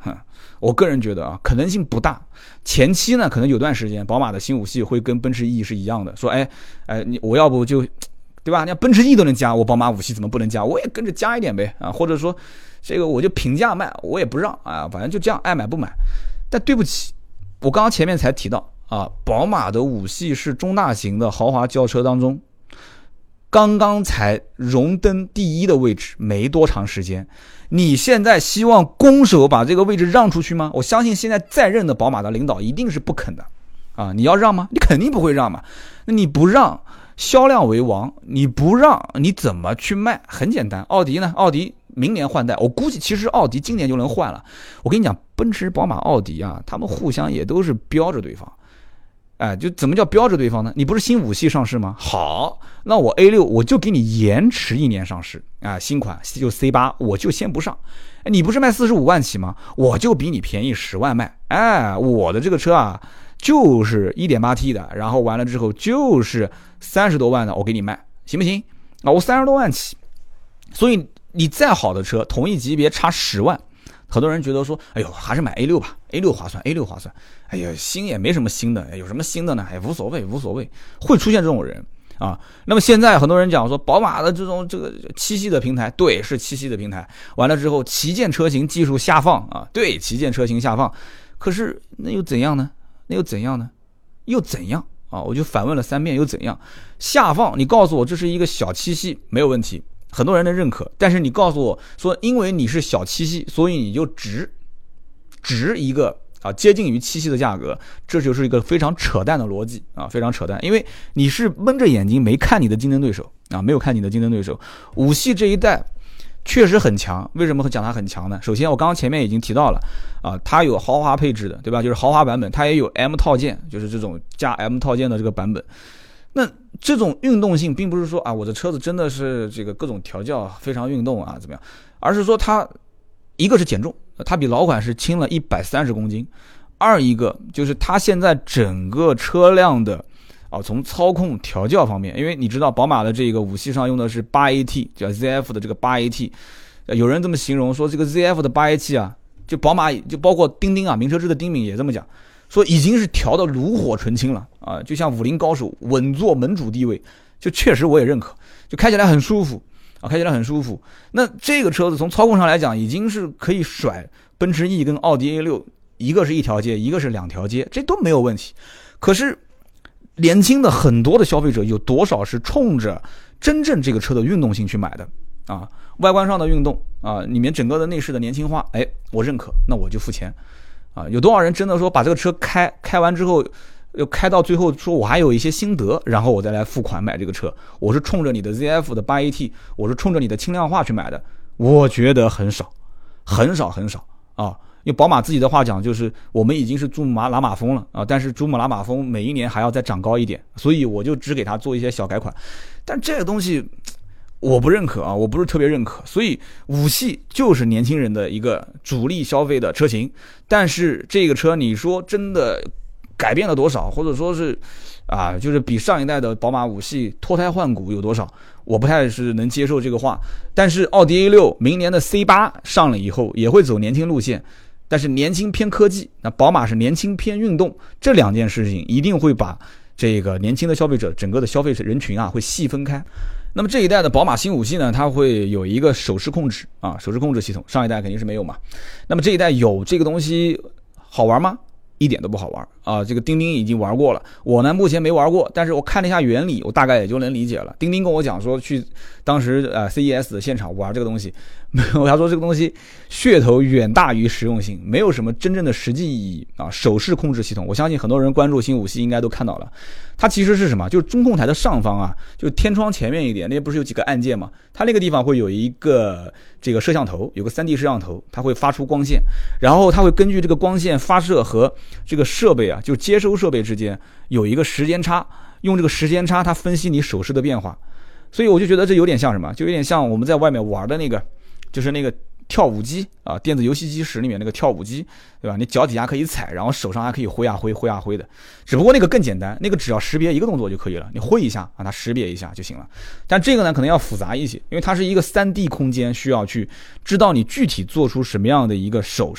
哼，我个人觉得啊，可能性不大。前期呢，可能有段时间，宝马的新五系会跟奔驰 E 是一样的，说，哎，哎，你我要不就，对吧？你要奔驰 E 都能加，我宝马五系怎么不能加？我也跟着加一点呗啊，或者说，这个我就平价卖，我也不让啊，反正就这样，爱买不买。但对不起，我刚刚前面才提到啊，宝马的五系是中大型的豪华轿车当中，刚刚才荣登第一的位置，没多长时间。你现在希望拱手把这个位置让出去吗？我相信现在在任的宝马的领导一定是不肯的啊！你要让吗？你肯定不会让嘛。那你不让，销量为王，你不让，你怎么去卖？很简单，奥迪呢？奥迪明年换代，我估计其实奥迪今年就能换了。我跟你讲，奔驰、宝马、奥迪啊，他们互相也都是标着对方。哎，就怎么叫标着对方呢？你不是新五系上市吗？好，那我 A 六 我就给你延迟一年上市啊，新款就 C 八 我就先不上。哎，你不是卖四十五万起吗？我就比你便宜十万卖。哎，我的这个车啊，就是 一点八 T 的，然后完了之后就是三十多万的，我给你卖，行不行？啊，我三十多万起。所以你再好的车，同一级别差十万。很多人觉得说，哎呦，还是买 A 六 吧 ，A 六 划算 ，A 六 划算。哎呀，新也没什么新的，有什么新的呢？哎，无所谓，无所谓。会出现这种人啊。那么现在很多人讲说，宝马的这种这个七系的平台，对，是七系的平台。完了之后，旗舰车型技术下放啊，对，旗舰车型下放。可是那又怎样呢？那又怎样呢？又怎样啊？我就反问了三遍，又怎样？下放，你告诉我这是一个小七系，没有问题。很多人的认可，但是你告诉我说，因为你是小七系，所以你就值值一个啊接近于七系的价格，这就是一个非常扯淡的逻辑啊，非常扯淡。因为你是蒙着眼睛没看你的竞争对手啊，没有看你的竞争对手。五系这一代确实很强，为什么会讲它很强呢？首先我刚刚前面已经提到了啊，它有豪华配置的，对吧？就是豪华版本，它也有 M 套件，就是这种加 M 套件的这个版本。那这种运动性并不是说啊，我的车子真的是这个各种调教非常运动啊怎么样，而是说它一个是减重，它比老款是轻了一百三十公斤，二一个就是它现在整个车辆的啊从操控调教方面，因为你知道宝马的这个五系上用的是 八 A T 叫 Z F 的这个 八 A T， 有人这么形容说这个 Z F 的 八 A T 啊，就宝马就包括钉钉啊，名车志的丁敏也这么讲。说已经是调的炉火纯青了啊，就像武林高手稳坐门主地位，就确实我也认可，就开起来很舒服啊，开起来很舒服。那这个车子从操控上来讲，已经是可以甩奔驰 E 跟奥迪 A 六，一个是一条街，一个是两条街，这都没有问题。可是年轻的很多的消费者有多少是冲着真正这个车的运动性去买的啊？外观上的运动啊，里面整个的内饰的年轻化，哎，我认可，那我就付钱。啊，有多少人真的说把这个车开开完之后，又开到最后说我还有一些心得，然后我再来付款买这个车？我是冲着你的 Z F 的 八 A T， 我是冲着你的轻量化去买的，我觉得很少，很少很少啊。因为宝马自己的话讲，就是我们已经是珠穆朗玛峰了啊，但是珠穆朗玛峰每一年还要再长高一点，所以我就只给它做一些小改款。但这个东西我不认可啊，我不是特别认可，所以五系就是年轻人的一个主力消费的车型。但是这个车你说真的改变了多少，或者说是啊，就是比上一代的宝马五系脱胎换骨有多少，我不太是能接受这个话。但是奥迪 A 六 明年的 C 八 上了以后也会走年轻路线，但是年轻偏科技，那宝马是年轻偏运动，这两件事情一定会把这个年轻的消费者整个的消费人群啊会细分开。那么这一代的宝马新五系呢，它会有一个手势控制啊，手势控制系统，上一代肯定是没有嘛。那么这一代有这个东西，好玩吗？一点都不好玩啊！这个钉钉已经玩过了，我呢目前没玩过，但是我看了一下原理，我大概也就能理解了。钉钉跟我讲说，去当时呃 C E S 的现场玩这个东西，我要说这个东西噱头远大于实用性，没有什么真正的实际意义啊。手势控制系统，我相信很多人关注新五系应该都看到了，它其实是什么？就是中控台的上方啊，就天窗前面一点，那不是有几个按键吗？它那个地方会有一个这个摄像头，有个 三 D 摄像头，它会发出光线，然后它会根据这个光线发射和这个设备啊，就接收设备之间有一个时间差，用这个时间差它分析你手势的变化。所以我就觉得这有点像什么，就有点像我们在外面玩的那个，就是那个跳舞机啊，电子游戏机室里面那个跳舞机，对吧？你脚底下可以踩，然后手上还可以挥啊挥挥啊挥的，只不过那个更简单，那个只要识别一个动作就可以了，你挥一下啊，它识别一下就行了。但这个呢可能要复杂一些，因为它是一个 三 D 空间，需要去知道你具体做出什么样的一个手势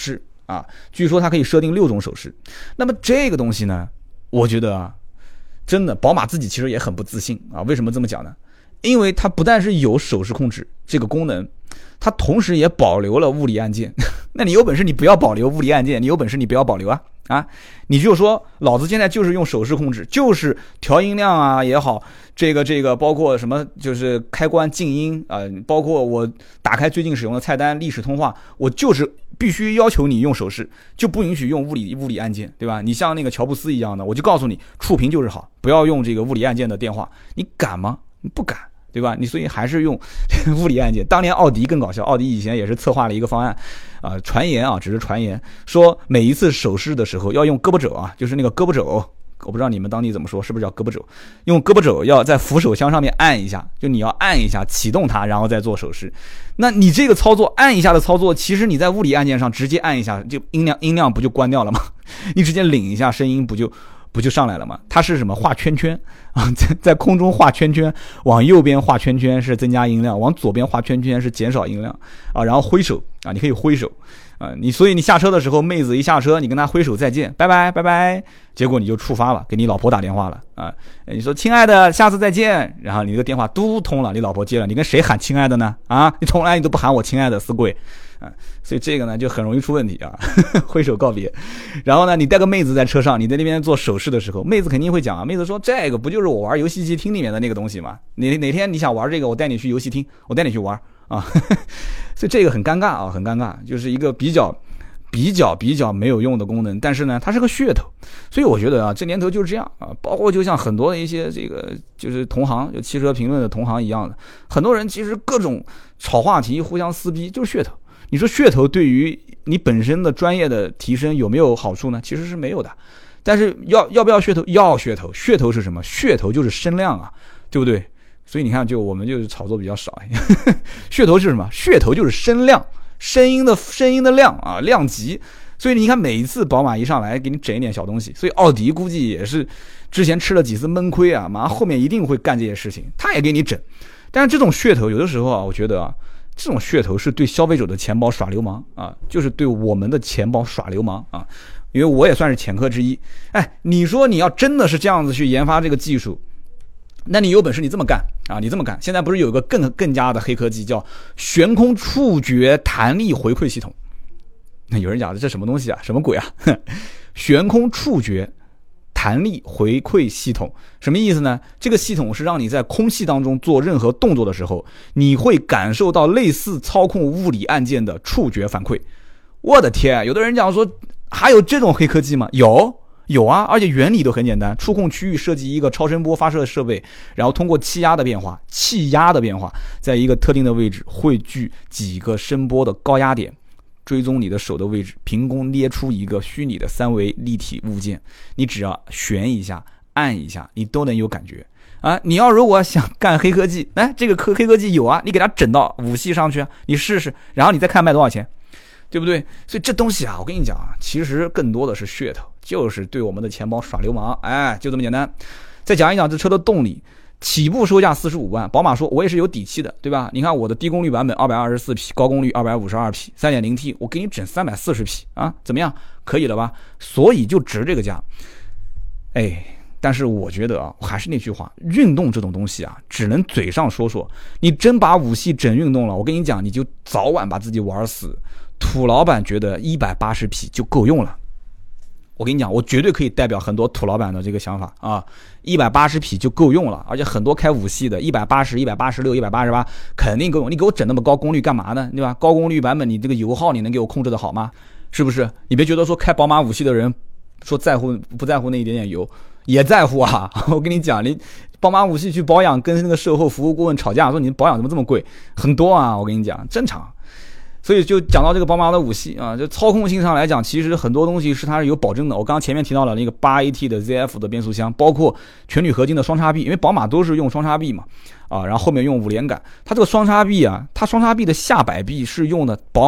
啊，据说它可以设定六种手势。那么这个东西呢，我觉得啊，真的宝马自己其实也很不自信啊。为什么这么讲呢？因为它不但是有手势控制这个功能，它同时也保留了物理按键。那你有本事你不要保留物理按键，你有本事你不要保留啊啊！你就说老子现在就是用手势控制，就是调音量啊也好，这个这个包括什么就是开关静音啊、呃，包括我打开最近使用的菜单历史通话，我就是必须要求你用手势，就不允许用物理物理按键，对吧？你像那个乔布斯一样的，我就告诉你触屏就是好，不要用这个物理按键的电话，你敢吗？你不敢。对吧？你所以还是用物理按键。当年奥迪更搞笑，奥迪以前也是策划了一个方案，啊、呃，传言啊，只是传言，说每一次手势的时候要用胳膊肘啊，就是那个胳膊肘，我不知道你们当地怎么说，是不是叫胳膊肘？用胳膊肘要在扶手箱上面按一下，就你要按一下启动它，然后再做手势。那你这个操作按一下的操作，其实你在物理按键上直接按一下，就音量音量不就关掉了吗？你直接领一下声音不就？不就上来了吗？它是什么？画圈圈啊，在在空中画圈圈，往右边画圈圈是增加音量，往左边画圈圈是减少音量啊。然后挥手啊，你可以挥手啊，你所以你下车的时候，妹子一下车，你跟她挥手再见，拜拜拜拜，结果你就触发了，给你老婆打电话了啊。你说亲爱的，下次再见，然后你这个电话嘟通了，你老婆接了，你跟谁喊亲爱的呢？啊，你从来你都不喊我亲爱的，死鬼。啊，所以这个呢就很容易出问题啊，挥手告别。然后呢，你带个妹子在车上，你在那边做手势的时候，妹子肯定会讲啊，妹子说这个不就是我玩游戏机厅里面的那个东西吗？哪哪天你想玩这个，我带你去游戏厅，我带你去玩啊。所以这个很尴尬啊，很尴尬，就是一个比较比较比较没有用的功能，但是呢，它是个噱头。所以我觉得啊，这年头就是这样啊，包括就像很多的一些这个就是同行，就汽车评论的同行一样的，很多人其实各种炒话题，互相撕逼，就是噱头。你说噱头对于你本身的专业的提升有没有好处呢？其实是没有的。但是要要不要噱头？要噱头。噱头是什么？噱头就是声量啊，对不对？所以你看，就我们就是炒作比较少。噱头是什么？噱头就是声量，声音的声音的量啊，量级。所以你看，每一次宝马一上来给你整一点小东西，所以奥迪估计也是之前吃了几次闷亏啊，马上后面一定会干这些事情，他也给你整。但是这种噱头有的时候啊，我觉得啊。这种噱头是对消费者的钱包耍流氓啊，就是对我们的钱包耍流氓啊，因为我也算是前科之一。哎，你说你要真的是这样子去研发这个技术，那你有本事你这么干啊，你这么干。现在不是有一个更更加的黑科技叫悬空触觉弹力回馈系统？那有人讲这什么东西啊？什么鬼啊？悬空触觉弹力回馈系统什么意思呢？这个系统是让你在空气当中做任何动作的时候，你会感受到类似操控物理按键的触觉反馈。我的天，有的人讲说还有这种黑科技吗？有有啊，而且原理都很简单，触控区域设计一个超声波发射设备，然后通过气压的变化气压的变化在一个特定的位置汇聚几个声波的高压点，追踪你的手的位置，凭空捏出一个虚拟的三维立体物件，你只要旋一下按一下你都能有感觉啊！你要如果想干黑科技，哎，这个科黑科技有啊，你给它整到武器上去啊，你试试，然后你再看卖多少钱，对不对？所以这东西啊，我跟你讲啊，其实更多的是噱头，就是对我们的钱包耍流氓，哎，就这么简单。再讲一讲这车的动力。起步售价四十五万，宝马说我也是有底气的，对吧？你看我的低功率版本二百二十四匹，高功率二百五十二匹， 三点零 T 我给你整三百四十匹啊，怎么样？可以了吧？所以就值这个价。哎，但是我觉得啊，还是那句话，运动这种东西啊，只能嘴上说说，你真把武系整运动了，我跟你讲，你就早晚把自己玩死。土老板觉得一百八十匹就够用了。我跟你讲，我绝对可以代表很多土老板的这个想法啊，一百八十匹就够用了，而且很多开五系的一百八十、一百八十六、一百八十八肯定够用。你给我整那么高功率干嘛呢？对吧？高功率版本你这个油耗你能给我控制的好吗？是不是？你别觉得说开宝马五系的人说在乎不在乎那一点点油，也在乎啊！我跟你讲，你宝马五系去保养跟那个售后服务顾问吵架，说你保养怎么这么贵，很多啊！我跟你讲，正常。所以就讲到这个宝马的五系啊，就操控性上来讲，其实很多东西是它是有保证的。我刚刚前面提到了那个 八 A T 的 Z F 的变速箱，包括全铝合金的双叉臂，因为宝马都是用双叉臂嘛，啊，然后后面用五连杆。它这个双叉臂啊，它双叉臂的下摆臂是用的宝马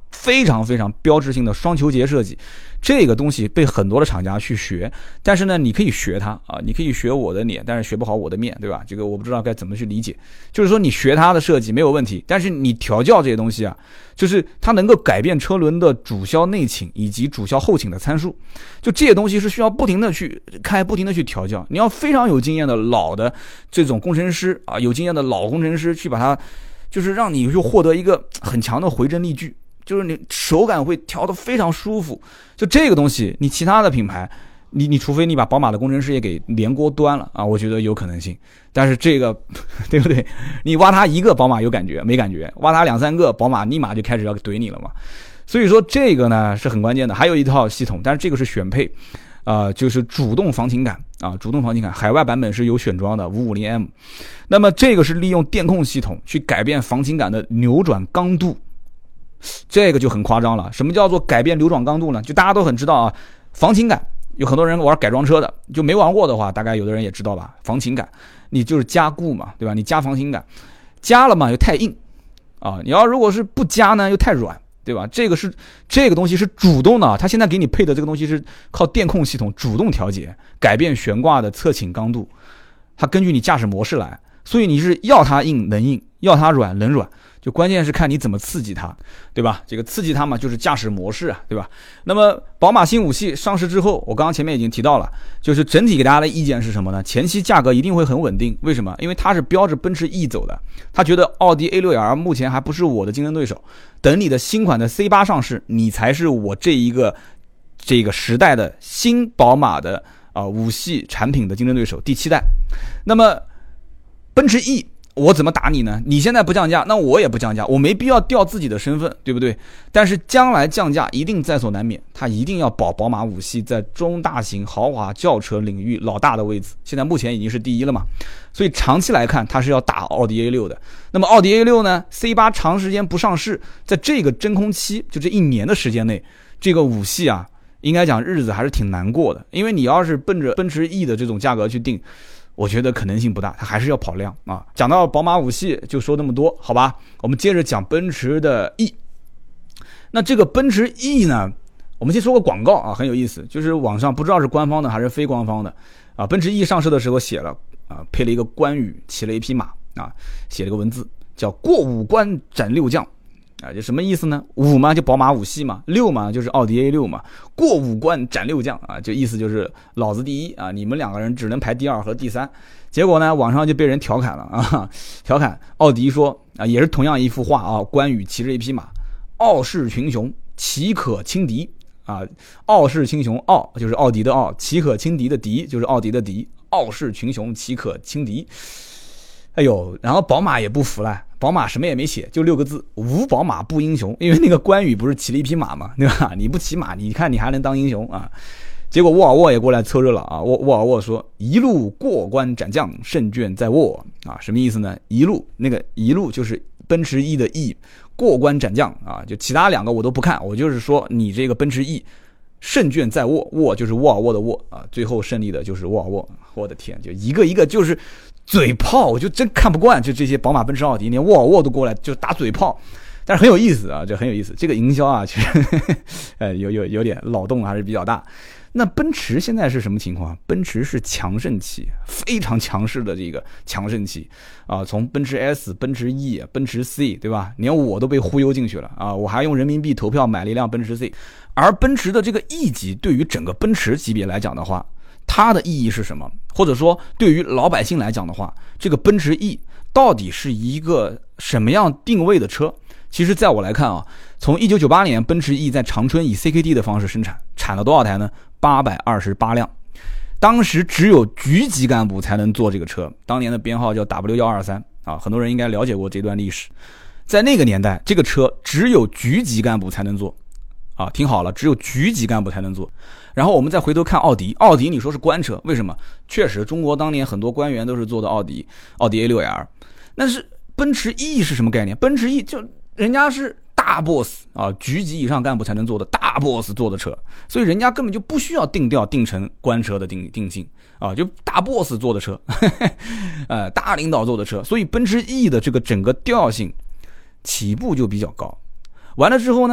非常非常标志性的双球节设计，这个东西被很多的厂家去学，但是呢，你可以学它啊，你可以学我的脸，但是学不好我的面，对吧？这个我不知道该怎么去理解。就是说你学它的设计没有问题，但是你调教这些东西啊，就是它能够改变车轮的主销内倾以及主销后倾的参数，就这些东西是需要不停的去开，不停的去调教。你要非常有经验的老的这种工程师啊，有经验的老工程师去把它，就是让你就获得一个很强的回正力矩。就是你手感会调得非常舒服，就这个东西，你其他的品牌，你你除非你把宝马的工程师也给连锅端了啊，我觉得有可能性。但是这个，对不对？你挖它一个，宝马有感觉没感觉？挖它两三个，宝马立马就开始要怼你了嘛。所以说这个呢是很关键的。还有一套系统，但是这个是选配，啊、呃，就是主动防倾杆啊，主动防倾杆，海外版本是有选装的 五五零 M。那么这个是利用电控系统去改变防倾杆的扭转刚度。这个就很夸张了。什么叫做改变扭转刚度呢？就大家都很知道啊，防倾杆有很多人玩改装车的，就没玩过的话，大概有的人也知道吧。防倾杆你就是加固嘛，对吧？你加防倾杆，加了嘛又太硬啊，你要如果是不加呢又太软，对吧？这个是这个东西是主动的，它现在给你配的这个东西是靠电控系统主动调节，改变悬挂的侧倾刚度，它根据你驾驶模式来，所以你是要它硬能硬，要它软能软。就关键是看你怎么刺激它，对吧？这个刺激它嘛，就是驾驶模式啊，对吧？那么宝马新五系上市之后，我刚刚前面已经提到了，就是整体给大家的意见是什么呢？前期价格一定会很稳定，为什么？因为它是标着奔驰 E 走的，他觉得奥迪 A 六 L 目前还不是我的竞争对手，等你的新款的 C 八 上市，你才是我这一个这个时代的新宝马的啊、呃、五系产品的竞争对手，第七代。那么奔驰 E。我怎么打你呢？你现在不降价，那我也不降价，我没必要掉自己的身份，对不对？但是将来降价一定在所难免，它一定要保宝马五系在中大型豪华轿车领域老大的位置，现在目前已经是第一了嘛，所以长期来看它是要打奥迪 A 六 的。那么奥迪 A 六 呢 C 八 长时间不上市，在这个真空期就这一年的时间内，这个五系啊应该讲日子还是挺难过的，因为你要是奔着奔驰 E 的这种价格去定，我觉得可能性不大，它还是要跑量啊。讲到宝马五系就说那么多，好吧？我们接着讲奔驰的 E。那这个奔驰 E 呢，我们先说个广告啊，很有意思，就是网上不知道是官方的还是非官方的啊。奔驰 E 上市的时候写了啊，配了一个关羽，骑了一匹马啊，写了个文字叫过五关斩六将。啊，就什么意思呢？五嘛就宝马五系嘛，六嘛就是奥迪 A 六 嘛，过五关斩六将啊，就意思就是老子第一啊，你们两个人只能排第二和第三。结果呢，网上就被人调侃了啊，调侃奥迪说啊，也是同样一幅画啊，关羽骑着一匹马，傲视群雄，岂可轻敌啊，傲视群雄，傲就是奥迪的傲，岂可轻敌的敌就是奥迪的敌，傲视群雄，岂可轻敌。哎呦，然后宝马也不服了，宝马什么也没写，就六个字：无宝马不英雄。因为那个关羽不是骑了一匹马嘛，对吧？你不骑马，你看你还能当英雄啊？结果沃尔沃也过来凑热了啊！沃沃尔沃说：“一路过关斩将，胜券在握啊！”什么意思呢？一路那个一路就是奔驰 E 的 E， 过关斩将啊！就其他两个我都不看，我就是说你这个奔驰 E。胜券在握，握就是沃尔沃的握啊，最后胜利的就是沃尔沃。我的天，就一个一个就是嘴炮，我就真看不惯，就这些宝马、奔驰、奥迪，连沃尔沃都过来就打嘴炮，但是很有意思啊，这很有意思。这个营销啊，其实呵呵呃有有有点脑洞还是比较大。那奔驰现在是什么情况？奔驰是强盛期，非常强势的这个强盛期啊！从奔驰 S、奔驰 E、奔驰 C， 对吧？连我都被忽悠进去了啊！我还用人民币投票买了一辆奔驰 C。而奔驰的这个 E 级对于整个奔驰级别来讲的话，它的意义是什么？或者说对于老百姓来讲的话，这个奔驰 E 到底是一个什么样定位的车？其实在我来看啊，从一九九八年奔驰 E 在长春以 C K D 的方式生产，产了多少台呢？八百二十八辆。当时只有局级干部才能坐这个车，当年的编号叫 W 一二三 啊，很多人应该了解过这段历史。在那个年代，这个车只有局级干部才能坐啊，听好了，只有局级干部才能坐。然后我们再回头看奥迪，奥迪你说是官车，为什么？确实中国当年很多官员都是坐的奥迪，奥迪 A 六 L。 但是奔驰 E 是什么概念？奔驰 E 就人家是大 boss 啊，局级以上干部才能坐的大 boss 坐的车，所以人家根本就不需要定调定成官车的定定性啊，就大 boss 坐的车，呵呵呃，大领导坐的车，所以奔驰 E 的这个整个调性起步就比较高。完了之后呢，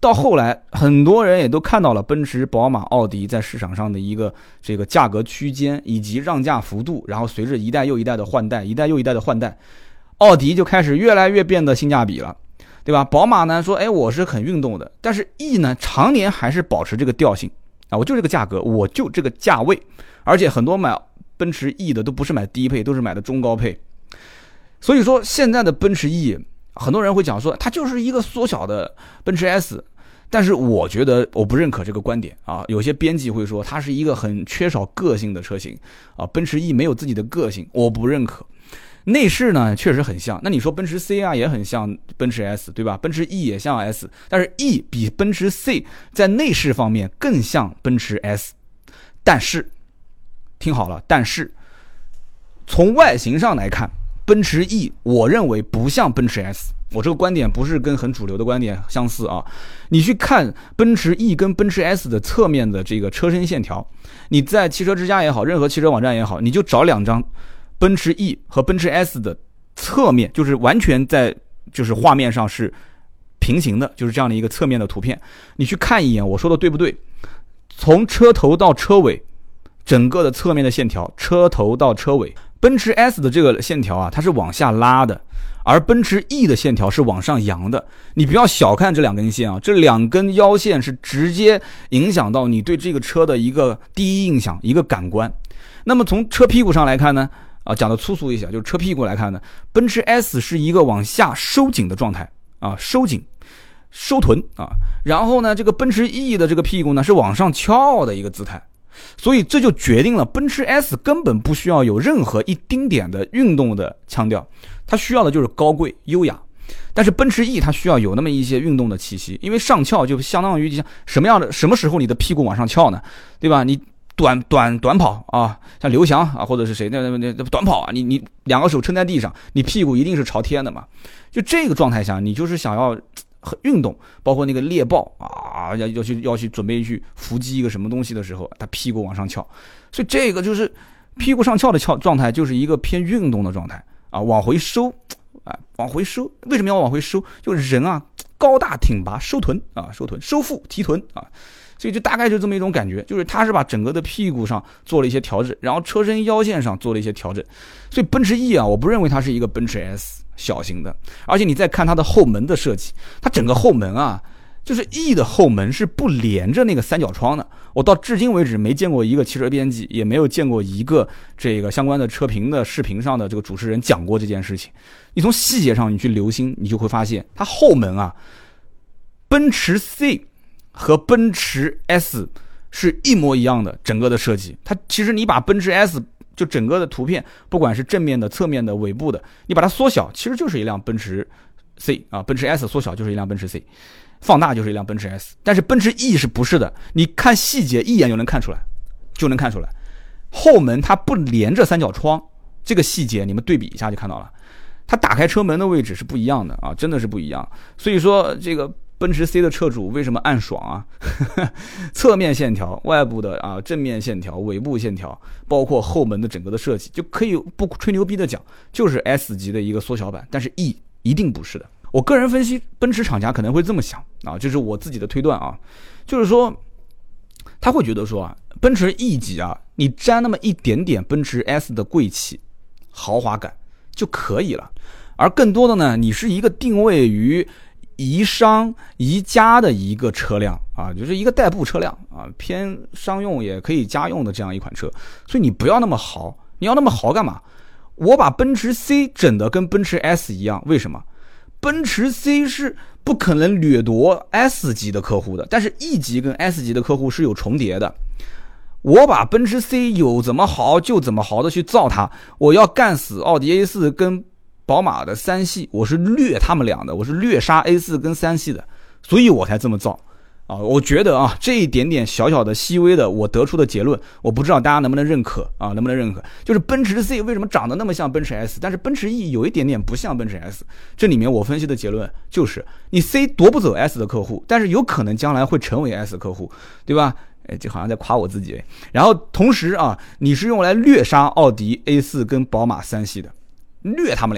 到后来很多人也都看到了奔驰、宝马、奥迪在市场上的一个这个价格区间以及让价幅度，然后随着一代又一代的换代，一代又一代的换代，奥迪就开始越来越变得性价比了，对吧？宝马呢说，哎，我是很运动的，但是 E 呢常年还是保持这个调性啊，我就这个价格，我就这个价位，而且很多买奔驰 E 的都不是买低配，都是买的中高配。所以说现在的奔驰 E， 很多人会讲说它就是一个缩小的奔驰 S， 但是我觉得我不认可这个观点啊。有些编辑会说它是一个很缺少个性的车型啊，奔驰 E 没有自己的个性，我不认可。内饰呢确实很像，那你说奔驰 C 啊也很像奔驰 S， 对吧？奔驰 E 也像 S， 但是 E 比奔驰 C 在内饰方面更像奔驰 S。但是听好了，但是从外形上来看，奔驰 E 我认为不像奔驰 S， 我这个观点不是跟很主流的观点相似啊。你去看奔驰 E 跟奔驰 S 的侧面的这个车身线条，你在汽车之家也好，任何汽车网站也好，你就找两张奔驰 E 和奔驰 S 的侧面，就是完全在就是画面上是平行的，就是这样的一个侧面的图片，你去看一眼，我说的对不对？从车头到车尾，整个的侧面的线条，车头到车尾，奔驰 S 的这个线条啊，它是往下拉的，而奔驰 E 的线条是往上扬的。你不要小看这两根线啊，这两根腰线是直接影响到你对这个车的一个第一印象，一个感官。那么从车屁股上来看呢，啊，讲的粗俗一些，就是车屁股来看呢，奔驰 S 是一个往下收紧的状态啊，收紧、收臀啊，然后呢，这个奔驰 E 的这个屁股呢是往上翘的一个姿态。所以这就决定了奔驰 S 根本不需要有任何一丁点的运动的腔调，它需要的就是高贵优雅。但是奔驰 E 它需要有那么一些运动的气息，因为上翘就相当于像什么样的什么时候你的屁股往上翘呢？对吧？你短短短跑啊，像刘翔啊或者是谁那那那短跑啊，你你两个手撑在地上，你屁股一定是朝天的嘛。就这个状态下，你就是想要运动，包括那个猎豹啊，要要去要去准备去伏击一个什么东西的时候，他屁股往上翘，所以这个就是屁股上翘的翘状态，就是一个偏运动的状态啊，往回收啊，往回收。为什么要往回收？就是人啊高大挺拔，收臀啊，收臀，收腹提臀啊，所以就大概就这么一种感觉，就是他是把整个的屁股上做了一些调整，然后车身腰线上做了一些调整。所以奔驰 E 啊，我不认为它是一个奔驰 S。小型的，而且你再看它的后门的设计，它整个后门啊，就是 E 的后门是不连着那个三角窗的。我到至今为止没见过一个汽车编辑，也没有见过一个这个相关的车评的视频上的这个主持人讲过这件事情。你从细节上你去留心，你就会发现它后门啊，奔驰 C 和奔驰 S 是一模一样的，整个的设计。它其实你把奔驰 S就整个的图片，不管是正面的、侧面的、尾部的，你把它缩小，其实就是一辆奔驰 C 啊，奔驰 S 缩小就是一辆奔驰 C， 放大就是一辆奔驰 S。但是奔驰 E 是不是的？你看细节一眼就能看出来，就能看出来，后门它不连着三角窗，这个细节你们对比一下就看到了，它打开车门的位置是不一样的啊，真的是不一样。所以说这个奔驰 C 的车主为什么暗爽啊？侧面线条、外部的啊正面线条、尾部线条，包括后门的整个的设计，就可以不吹牛逼的讲，就是 S 级的一个缩小版。但是 E 一定不是的。我个人分析，奔驰厂家可能会这么想啊，这是我自己的推断啊，就是说他会觉得说啊，奔驰 E 级啊，你沾那么一点点奔驰 S 的贵气、豪华感就可以了。而更多的呢，你是一个定位于宜商宜家的一个车辆啊，就是一个代步车辆啊，偏商用也可以家用的这样一款车，所以你不要那么豪，你要那么豪干嘛？我把奔驰 C 整的跟奔驰 S 一样，为什么？奔驰 C 是不可能掠夺 S 级的客户的，但是 E 级跟 S 级的客户是有重叠的。我把奔驰 C 有怎么豪就怎么豪的去造它，我要干死奥迪 A 四 跟宝马的三系，我是掠他们俩的，我是掠杀 A 四 跟三系的，所以我才这么造啊！我觉得啊，这一点点小小的细微的我得出的结论，我不知道大家能不能认可啊？能不能认可？就是奔驰 C 为什么长得那么像奔驰 S， 但是奔驰 E 有一点点不像奔驰 S。这里面我分析的结论就是，你 C 夺不走 S 的客户，但是有可能将来会成为 S 客户，对吧？哎，这好像在夸我自己。然后同时啊，你是用来掠杀奥迪 A 四 跟宝马三系的，掠他们俩。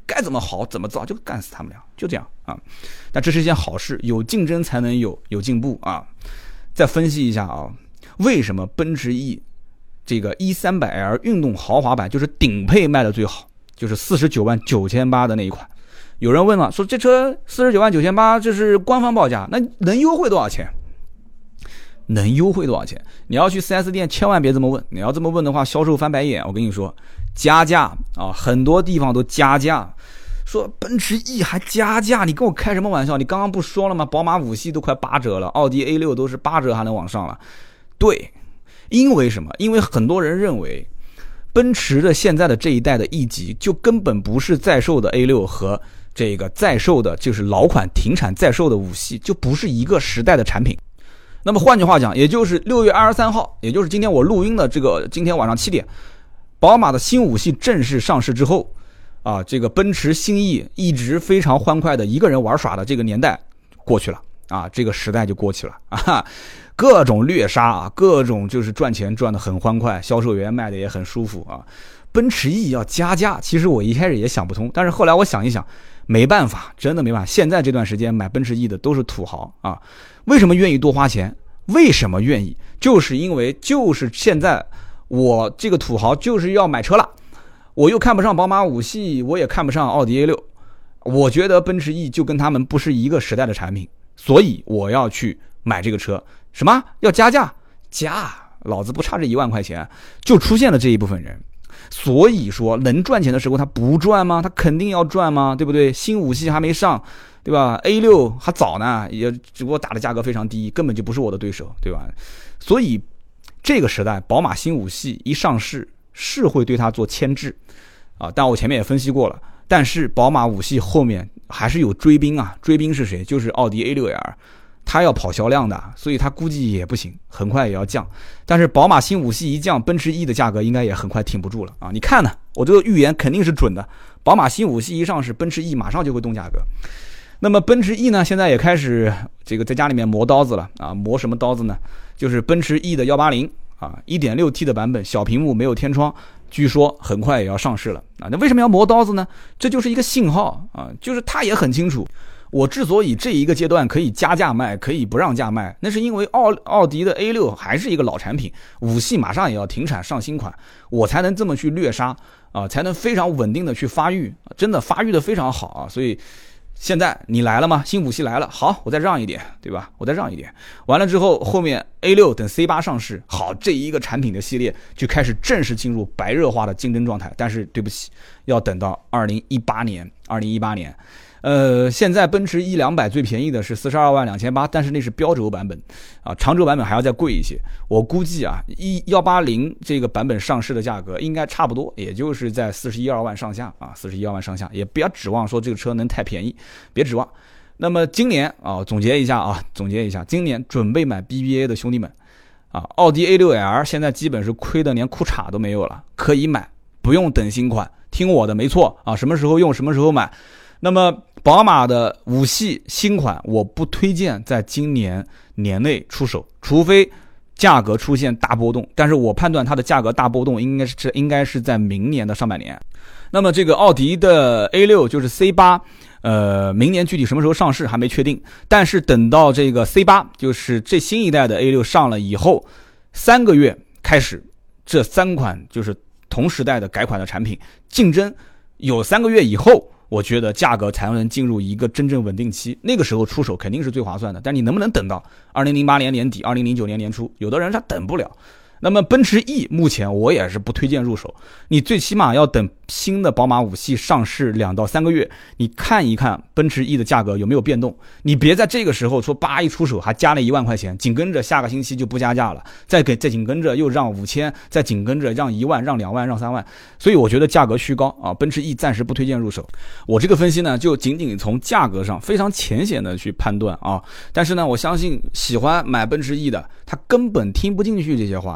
该怎么好怎么造，就干死他们俩，就这样啊。但这是一件好事，有竞争才能有有进步啊。再分析一下啊，为什么奔驰 E 这个 E 三百 L 运动豪华版就是顶配卖的最好，就是四十九万九千八的那一款。有人问了，说这车四十九万九千八，这是官方报价，那能优惠多少钱？能优惠多少钱？你要去 四 S 店千万别这么问，你要这么问的话，销售翻白眼。我跟你说，加价啊，很多地方都加价。说奔驰 E 还加价，你跟我开什么玩笑？你刚刚不说了吗？宝马五系都快八折了，奥迪 A 六 都是八折还能往上了。对，因为什么？因为很多人认为奔驰的现在的这一代的 E 级就根本不是在售的 A 六 和这个在售的就是老款停产在售的五系，就不是一个时代的产品。那么换句话讲，也就是六月二十三号，也就是今天我录音的这个今天晚上七点，宝马的新五系正式上市之后啊，这个奔驰新 E 一直非常欢快的一个人玩耍的这个年代过去了啊，这个时代就过去了啊，各种掠杀啊，各种就是赚钱赚得很欢快，销售员卖的也很舒服啊。奔驰 E 要加价，其实我一开始也想不通，但是后来我想一想，没办法，真的没办法。现在这段时间买奔驰 E 的都是土豪啊，为什么愿意多花钱？为什么愿意？就是因为就是现在我这个土豪就是要买车了，我又看不上宝马五系，我也看不上奥迪 A 六，我觉得奔驰 E 就跟他们不是一个时代的产品，所以我要去买这个车。什么要加价？加，老子不差这一万块钱。就出现了这一部分人。所以说能赚钱的时候他不赚吗？他肯定要赚吗？对不对？新五系还没上，对吧？ A 六 还早呢，也只不过打的价格非常低，根本就不是我的对手，对吧？所以这个时代宝马新五系一上市是会对它做牵制啊，但我前面也分析过了，但是宝马五系后面还是有追兵啊，追兵是谁？就是奥迪 A 六 L， 它要跑销量的，所以它估计也不行，很快也要降。但是宝马新五系一降，奔驰 E 的价格应该也很快挺不住了啊！你看呢，我这个预言肯定是准的。宝马新五系一上市，奔驰 E 马上就会动价格。那么奔驰 E 呢，现在也开始这个在家里面磨刀子了啊！磨什么刀子呢？就是奔驰 E 的一八零啊 一点六 T 的版本，小屏幕没有天窗，据说很快也要上市了啊！那为什么要磨刀子呢？这就是一个信号啊，就是他也很清楚。我之所以这一个阶段可以加价卖，可以不让价卖，那是因为奥奥迪的 A 六 还是一个老产品，五系马上也要停产上新款，我才能这么去掠杀啊、呃，才能非常稳定的去发育，真的发育的非常好啊。所以现在你来了吗？新五系来了，好，我再让一点，对吧？我再让一点，完了之后后面 A 六 等 C 八 上市，好，这一个产品的系列就开始正式进入白热化的竞争状态。但是对不起，要等到二零一八年，二零一八年。呃，现在奔驰 E 两百最便宜的是四十二万两千八，但是那是标轴版本啊，长轴版本还要再贵一些。我估计啊，一一八零这个版本上市的价格应该差不多，也就是在四十一二万上下啊，四十一二万上下，也不要指望说这个车能太便宜，别指望。那么今年啊，总结一下啊，总结一下，今年准备买 B B A 的兄弟们啊，奥迪 A 六 L 现在基本是亏的连裤衩都没有了，可以买，不用等新款，听我的，没错啊，什么时候用什么时候买。那么宝马的五系新款我不推荐在今年年内出手，除非价格出现大波动，但是我判断它的价格大波动应该是应该是在明年的上半年。那么这个奥迪的 A 六 就是 C 八， 呃，明年具体什么时候上市还没确定，但是等到这个 C 八 就是这新一代的 A 六 上了以后，三个月开始，这三款就是同时代的改款的产品竞争，有三个月以后，我觉得价格才能进入一个真正稳定期，那个时候出手肯定是最划算的。但你能不能等到二零零八年年底二零零九年年初，有的人他等不了。那么奔驰 E 目前我也是不推荐入手，你最起码要等新的宝马五系上市两到三个月，你看一看奔驰 E 的价格有没有变动，你别在这个时候说叭一出手还加了一万块钱，紧跟着下个星期就不加价了，再给再紧跟着又让五千，再紧跟着让一万，让两万，让三万，所以我觉得价格虚高啊，奔驰 E 暂时不推荐入手。我这个分析呢，就仅仅从价格上非常浅显的去判断啊，但是呢，我相信喜欢买奔驰 E 的，他根本听不进去这些话。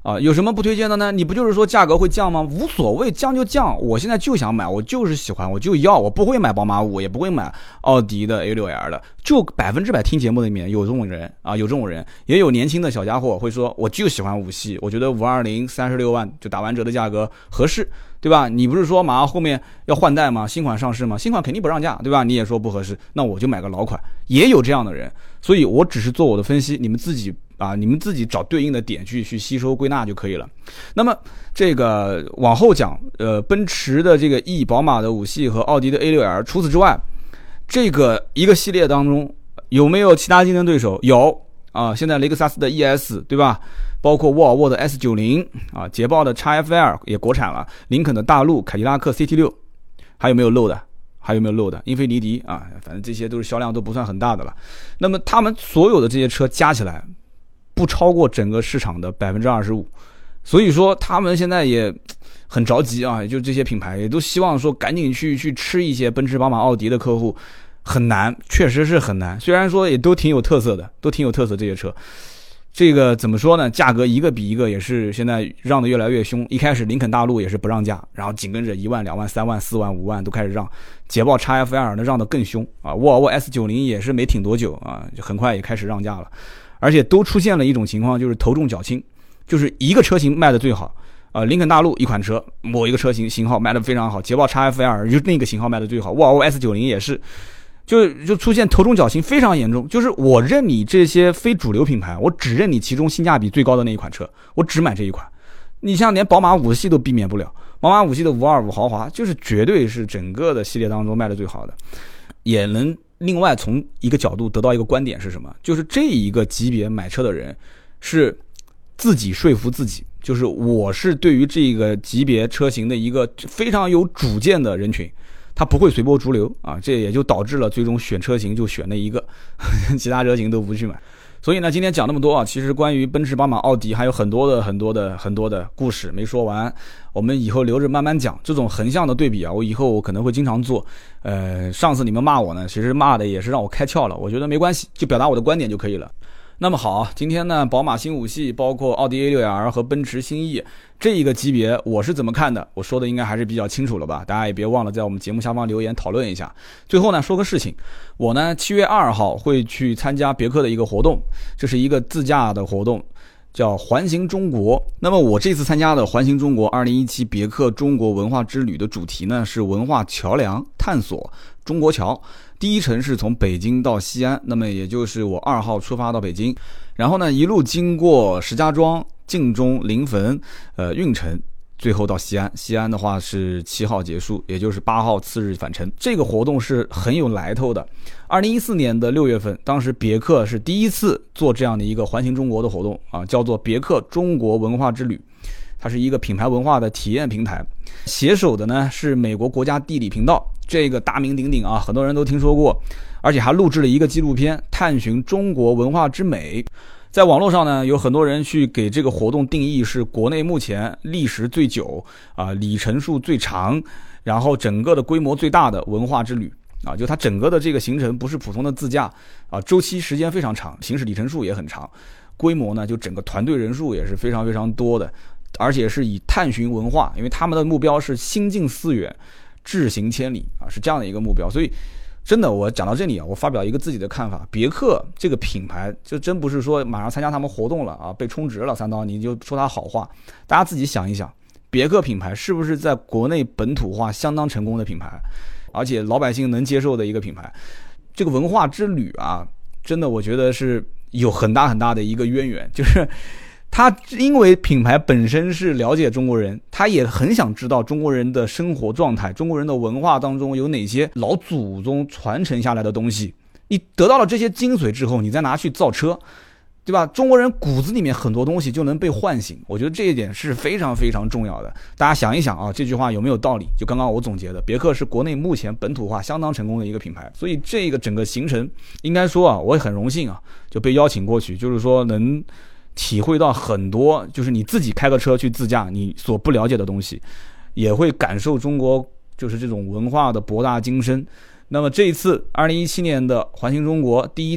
啊，有什么不推荐的呢？你不就是说价格会降吗？无所谓，降就降。我现在就想买，我就是喜欢，我就要，我不会买宝马五，也不会买奥迪的 A 六 L 的。就百分之百听节目里面有这种人啊，有这种人，也有年轻的小家伙会说，我就喜欢五系，我觉得五二零三十六万就打完折的价格合适，对吧？你不是说马上后面要换代吗？新款上市吗？新款肯定不让价，对吧？你也说不合适，那我就买个老款，也有这样的人。所以我只是做我的分析，你们自己。啊，你们自己找对应的点去去吸收归纳就可以了。那么这个往后讲，呃，奔驰的这个 E， 宝马的五系和奥迪的 A 六 L， 除此之外，这个一个系列当中有没有其他竞争对手？有啊，现在雷克萨斯的 E S 对吧？包括沃尔沃的 S 九十 啊，捷豹的 X F L 也国产了，林肯的大陆，凯迪拉克 C T 六， 还有没有漏的？还有没有漏的？英菲尼迪啊，反正这些都是销量都不算很大的了。那么他们所有的这些车加起来，不超过整个市场的 百分之二十五， 所以说他们现在也很着急啊，就这些品牌也都希望说赶紧去去吃一些奔驰宝马奥迪的客户，很难，确实是很难。虽然说也都挺有特色的，都挺有特色这些车，这个怎么说呢，价格一个比一个也是现在让的越来越凶。一开始林肯大陆也是不让价，然后紧跟着一万两万三万四万五万都开始让，捷豹 X F L 呢让的更凶啊，沃尔沃 S 九十 也是没挺多久啊，就很快也开始让价了。而且都出现了一种情况，就是头重脚轻，就是一个车型卖的最好，呃，林肯大陆一款车，某一个车型型号卖的非常好，捷豹 X F L 就那个型号卖的最好，沃尔沃 S 九十 也是，就就出现头重脚轻非常严重。就是我认你这些非主流品牌，我只认你其中性价比最高的那一款车，我只买这一款。你像连宝马五系都避免不了，宝马五系的五二五豪华就是绝对是整个的系列当中卖的最好的，也能。另外从一个角度得到一个观点是什么，就是这一个级别买车的人是自己说服自己，就是我是对于这个级别车型的一个非常有主见的人群，他不会随波逐流啊，这也就导致了最终选车型就选那一个，其他车型都不去买。所以呢，今天讲那么多啊，其实关于奔驰、宝马、奥迪还有很多的、很多的、很多的故事没说完，我们以后留着慢慢讲。这种横向的对比啊，我以后我可能会经常做。呃，上次你们骂我呢，其实骂的也是让我开窍了，我觉得没关系，就表达我的观点就可以了。那么好，今天呢，宝马新五系，包括奥迪 A 六 L 和奔驰新 E 这一个级别，我是怎么看的？我说的应该还是比较清楚了吧？大家也别忘了在我们节目下方留言讨论一下。最后呢，说个事情，我呢七月二号会去参加别克的一个活动，这是一个自驾的活动，叫环行中国。那么我这次参加的环行中国二零一七别克中国文化之旅的主题呢是文化桥梁探索中国桥。第一程是从北京到西安，那么也就是我二号出发到北京，然后呢一路经过石家庄、晋中、临汾、呃运城，最后到西安。西安的话是七号结束，也就是八号次日返程。这个活动是很有来头的。二零一四年的六月份，当时别克是第一次做这样的一个环行中国的活动啊，叫做别克中国文化之旅。它是一个品牌文化的体验平台，携手的呢是美国国家地理频道，这个大名鼎鼎啊，很多人都听说过，而且还录制了一个纪录片，探寻中国文化之美。在网络上呢，有很多人去给这个活动定义是国内目前历时最久啊、里程数最长，然后整个的规模最大的文化之旅啊，就它整个的这个行程不是普通的自驾啊，周期时间非常长，行驶里程数也很长，规模呢就整个团队人数也是非常非常多的。而且是以探寻文化，因为他们的目标是心静思远，志行千里啊，是这样的一个目标。所以真的，我讲到这里啊，我发表一个自己的看法，别克这个品牌就真不是说马上参加他们活动了啊，被充值了三刀你就说他好话。大家自己想一想，别克品牌是不是在国内本土化相当成功的品牌，而且老百姓能接受的一个品牌。这个文化之旅啊，真的我觉得是有很大很大的一个渊源，就是他因为品牌本身是了解中国人，他也很想知道中国人的生活状态，中国人的文化当中有哪些老祖宗传承下来的东西。你得到了这些精髓之后，你再拿去造车，对吧？中国人骨子里面很多东西就能被唤醒，我觉得这一点是非常非常重要的。大家想一想啊，这句话有没有道理？就刚刚我总结的，别克是国内目前本土化相当成功的一个品牌，所以这个整个行程应该说啊，我也很荣幸啊，就被邀请过去，就是说能体会到很多，就是你自己开个车去自驾，你所不了解的东西，也会感受中国就是这种文化的博大精深。那么这一次二零一七年的环行中国第一站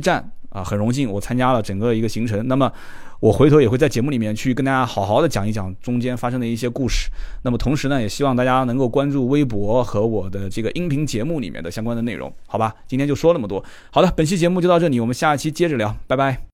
啊，很荣幸我参加了整个一个行程。那么我回头也会在节目里面去跟大家好好的讲一讲中间发生的一些故事。那么同时呢，也希望大家能够关注微博和我的这个音频节目里面的相关的内容，好吧？今天就说那么多。好的，本期节目就到这里，我们下期接着聊，拜拜。